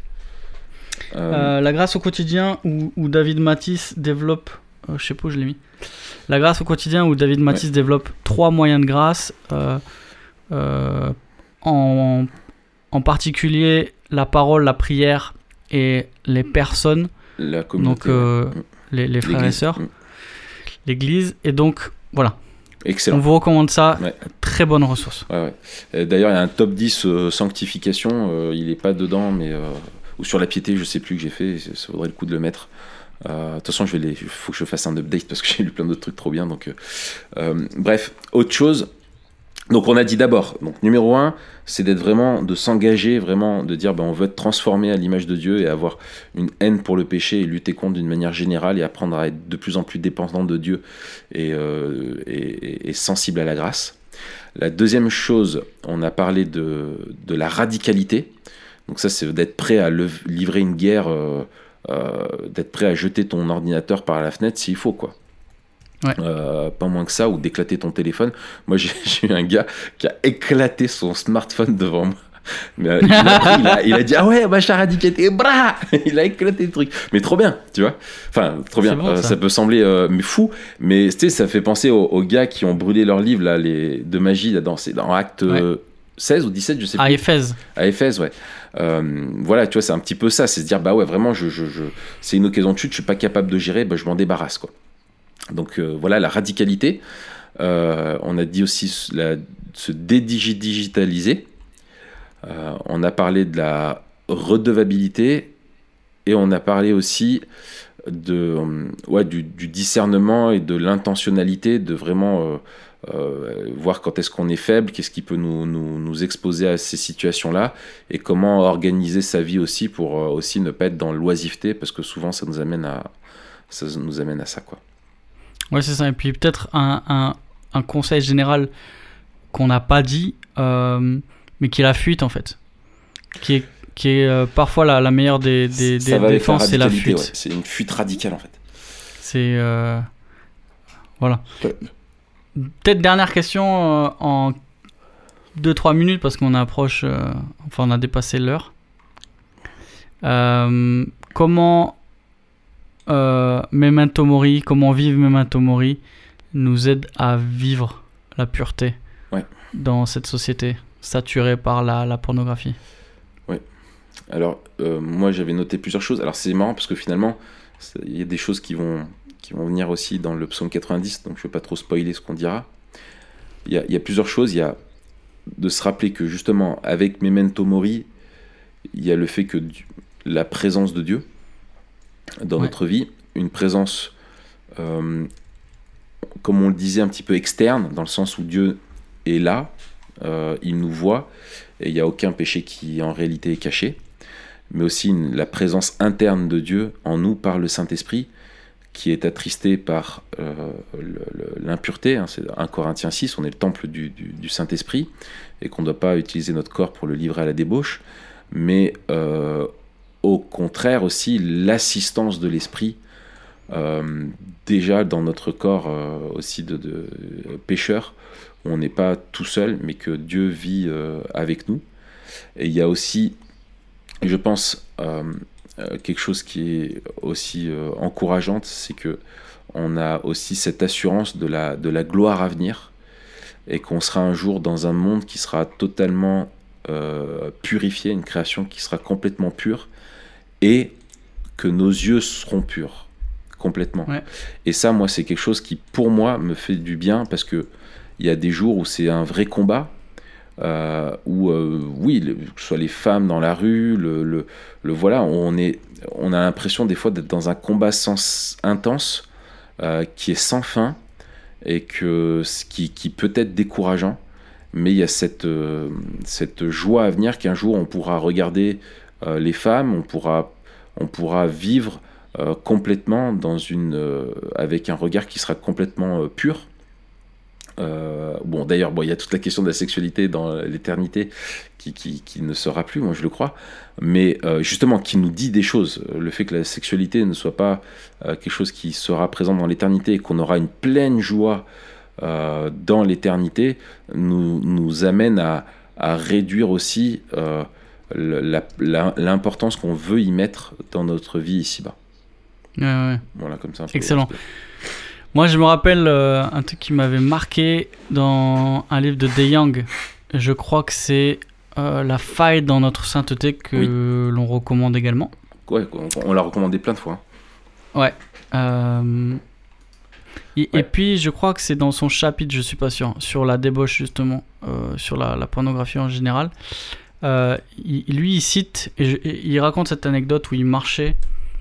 La grâce au quotidien où David Matisse développe. Je sais pas où je l'ai mis. La grâce au quotidien où David Matisse développe 3 moyens de grâce. En particulier la parole, la prière et les personnes. La communauté. Donc les frères et sœurs. L'église, et donc voilà. Excellent. On vous recommande ça, très bonne ressource. D'ailleurs, il y a un top 10 sanctification, il n'est pas dedans, mais ou sur la piété, je sais plus que j'ai fait, ça vaudrait le coup de le mettre. De toute façon, il faut que je fasse un update parce que j'ai lu plein d'autres trucs trop bien. Donc, bref, autre chose, Donc on a dit d'abord, donc numéro 1, c'est de s'engager vraiment, de dire on veut être transformé à l'image de Dieu et avoir une haine pour le péché et lutter contre d'une manière générale et apprendre à être de plus en plus dépendant de Dieu et sensible à la grâce. La deuxième chose, on a parlé de la radicalité. Donc ça, c'est d'être prêt à livrer une guerre, d'être prêt à jeter ton ordinateur par la fenêtre s'il faut, quoi. Ouais. Pas moins que ça, ou d'éclater ton téléphone. Moi, j'ai eu un gars qui a éclaté son smartphone devant moi. Mais il a dit ah ouais, je t'ai radicalité, bra. Il a éclaté le truc. Mais trop bien, tu vois. Enfin, trop bien. Bon, ça peut sembler mais fou, mais tu sais, ça fait penser aux gars qui ont brûlé leurs livres là, de magie là, dans Acte 16 ou 17, je sais plus. À Éphèse, ouais. Voilà, tu vois, c'est un petit peu ça, c'est se dire ouais, vraiment, c'est une occasion de chute, je suis pas capable de gérer, je m'en débarrasse, quoi. Donc voilà, la radicalité. On a dit aussi se dédigitaliser. On a parlé de la redevabilité et on a parlé aussi du discernement et de l'intentionnalité, de vraiment voir quand est-ce qu'on est faible, qu'est-ce qui peut nous exposer à ces situations-là et comment organiser sa vie aussi pour aussi ne pas être dans l'oisiveté, parce que souvent ça nous amène à ça, quoi. Ouais, c'est ça. Et puis peut-être un conseil général qu'on n'a pas dit, mais qui est la fuite en fait. Qui est parfois la meilleure des défenses, c'est la fuite. Ouais. C'est une fuite radicale en fait. C'est. Voilà. Ouais. Peut-être dernière question en 2-3 minutes parce qu'on approche. On a dépassé l'heure. Comment. Memento Mori, comment vivre Memento Mori nous aide à vivre la pureté dans cette société saturée par la pornographie. Oui. Alors, moi j'avais noté plusieurs choses. Alors c'est marrant parce que finalement, il y a des choses qui vont venir aussi dans le psaume 90, donc je ne vais pas trop spoiler ce qu'on dira. Il y a plusieurs choses. Il y a de se rappeler que justement, avec Memento Mori, il y a le fait que la présence de Dieu dans notre vie, une présence, comme on le disait, un petit peu externe, dans le sens où Dieu est là, il nous voit, et il n'y a aucun péché qui en réalité est caché, mais aussi la présence interne de Dieu en nous par le Saint-Esprit, qui est attristé par l'impureté, hein, c'est 1 Corinthiens 6, on est le temple du Saint-Esprit, et qu'on ne doit pas utiliser notre corps pour le livrer à la débauche, mais au contraire aussi l'assistance de l'Esprit déjà dans notre corps aussi de pécheur, où on n'est pas tout seul, mais que Dieu vit avec nous. Et il y a aussi, je pense, quelque chose qui est aussi encourageante, c'est que on a aussi cette assurance de la gloire à venir, et qu'on sera un jour dans un monde qui sera totalement purifié, une création qui sera complètement pure, et que nos yeux seront purs, complètement. Ouais. Et ça, moi, c'est quelque chose qui, pour moi, me fait du bien, parce que il y a des jours où c'est un vrai combat, où, oui, que ce soit les femmes dans la rue, voilà, on a l'impression des fois d'être dans un combat intense, qui est sans fin, et qui peut être décourageant, mais il y a cette joie à venir, qu'un jour on pourra regarder les femmes, on pourra vivre complètement avec un regard qui sera complètement pur. D'ailleurs, il y a toute la question de la sexualité dans l'éternité qui ne sera plus, moi je le crois, mais justement qui nous dit des choses. Le fait que la sexualité ne soit pas quelque chose qui sera présent dans l'éternité, et qu'on aura une pleine joie dans l'éternité, nous amène à réduire aussi l'importance qu'on veut y mettre dans notre vie ici-bas. Ouais. Voilà, comme ça. Excellent. Moi, je me rappelle un truc qui m'avait marqué dans un livre de De Young. Je crois que c'est La faille dans notre sainteté, que l'on recommande également. Ouais, on l'a recommandé plein de fois. Ouais. Et puis, je crois que c'est dans son chapitre, je suis pas sûr, sur la débauche justement, sur la pornographie en général. Il cite, et il raconte cette anecdote où il marchait,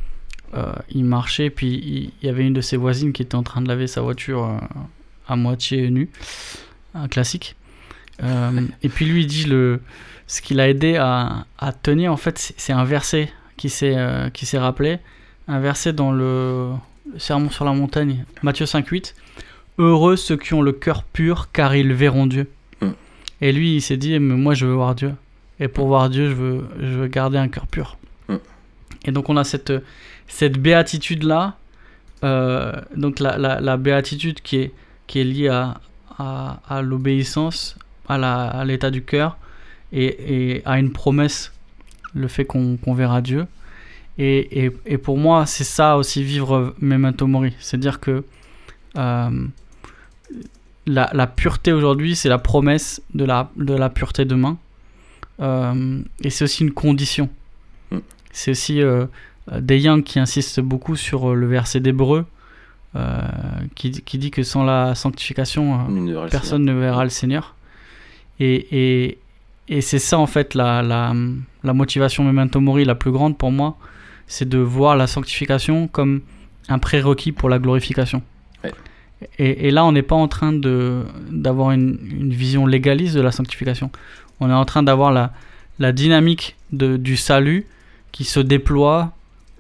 puis il y avait une de ses voisines qui était en train de laver sa voiture à moitié nue, un classique. Et puis lui, il dit ce qui l'a aidé à tenir, en fait, c'est un verset qui s'est rappelé, un verset dans le Sermon sur la montagne, Matthieu 5,8. Heureux ceux qui ont le cœur pur, car ils verront Dieu. Et lui, il s'est dit, mais moi, je veux voir Dieu. Et pour voir Dieu, je veux garder un cœur pur. Et donc, on a cette béatitude-là. Donc, la béatitude qui est liée à l'obéissance, à l'état du cœur, et à une promesse, le fait qu'on verra Dieu. Et pour moi, c'est ça aussi, vivre Memento Mori. C'est-à-dire que la pureté aujourd'hui, c'est la promesse de la pureté demain. Et c'est aussi une condition. C'est aussi Des Young qui insiste beaucoup sur le verset d'Hébreux qui dit que sans la sanctification, personne ne verra le Seigneur. Et c'est ça en fait la motivation Memento Mori la plus grande pour moi, c'est de voir la sanctification comme un prérequis pour la glorification. Ouais. Et là, on n'est pas en train d'avoir une vision légaliste de la sanctification. On est en train d'avoir la dynamique du salut qui se déploie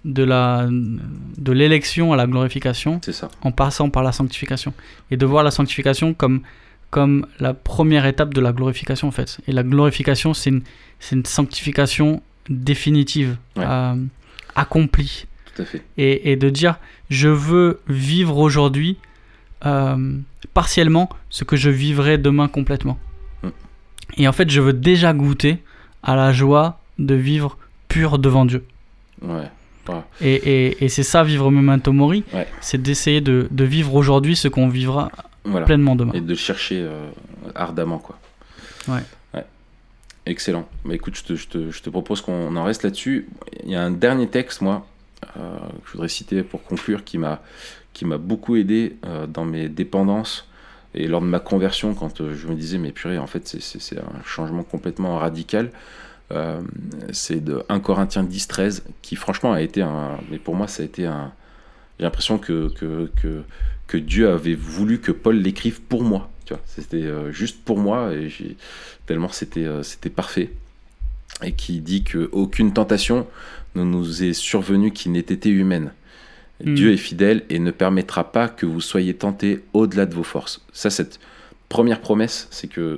de l'élection à la glorification, c'est ça, en passant par la sanctification. Et de voir la sanctification comme la première étape de la glorification, en fait. Et la glorification, c'est une sanctification définitive, accomplie. Tout à fait. Et de dire, je veux vivre aujourd'hui partiellement ce que je vivrai demain complètement. Et en fait, je veux déjà goûter à la joie de vivre pur devant Dieu. Ouais. Et c'est ça, vivre Memento Mori, c'est d'essayer de vivre aujourd'hui ce qu'on vivra pleinement demain. Et de chercher ardemment, quoi. Ouais. Excellent. Bah, écoute, je te propose qu'on en reste là-dessus. Il y a un dernier texte, moi, que je voudrais citer pour conclure, qui m'a beaucoup aidé dans mes dépendances et lors de ma conversion, quand je me disais, mais purée, en fait, c'est un changement complètement radical. C'est de 1 Corinthiens 10-13, qui franchement a été mais pour moi, ça a été j'ai l'impression que Dieu avait voulu que Paul l'écrive pour moi. Tu vois, c'était juste pour moi, et tellement c'était parfait. Et qui dit qu'aucune tentation ne nous est survenue qui n'ait été humaine. Dieu est fidèle et ne permettra pas que vous soyez tentés au-delà de vos forces. Ça, cette première promesse, c'est que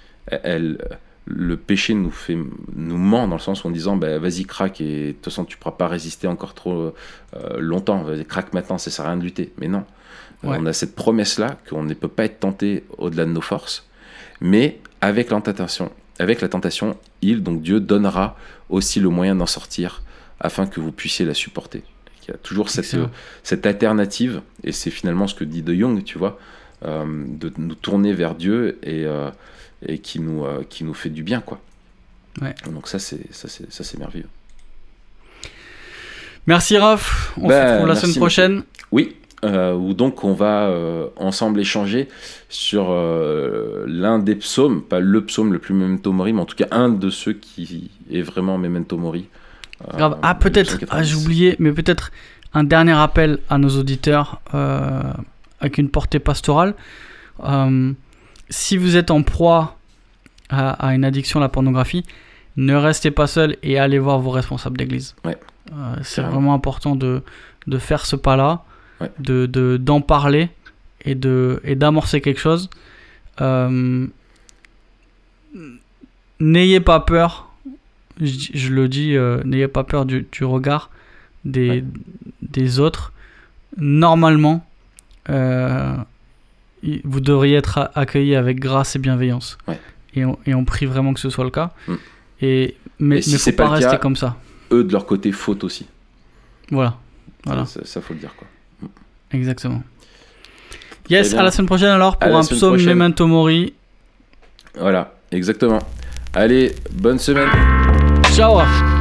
le péché nous ment, dans le sens où en disant vas-y, craque, et de toute façon tu ne pourras pas résister encore trop longtemps, vas-y, craque maintenant, ça ne sert à rien de lutter. Mais non, on a cette promesse-là qu'on ne peut pas être tenté au-delà de nos forces, mais avec la tentation, donc Dieu donnera aussi le moyen d'en sortir afin que vous puissiez la supporter. Il y a toujours cette alternative, et c'est finalement ce que dit De Jong, tu vois, de nous tourner vers Dieu et qui nous fait du bien, quoi. Ouais. Donc ça c'est merveilleux. Merci Raph, on se retrouve la semaine prochaine. Oui, où donc on va ensemble échanger sur l'un des psaumes, pas le psaume le plus Memento Mori, mais en tout cas un de ceux qui est vraiment Memento Mori. Grave. Peut-être, j'ai oublié, mais peut-être un dernier appel à nos auditeurs avec une portée pastorale. Si vous êtes en proie à une addiction à la pornographie, ne restez pas seul et allez voir vos responsables d'église. C'est vraiment important de faire ce pas-là, d'en parler et d'amorcer quelque chose. N'ayez pas peur, je le dis, n'ayez pas peur du regard des autres. Normalement, vous devriez être accueillis avec grâce et bienveillance. Et on prie vraiment que ce soit le cas. Mais si faut pas rester cas, comme ça. Eux, de leur côté, faute aussi. Voilà. Ça faut le dire, quoi. Exactement. Yes, à la semaine prochaine alors pour un psaume Memento Mori. Voilà, exactement. Allez, bonne semaine. Ciao.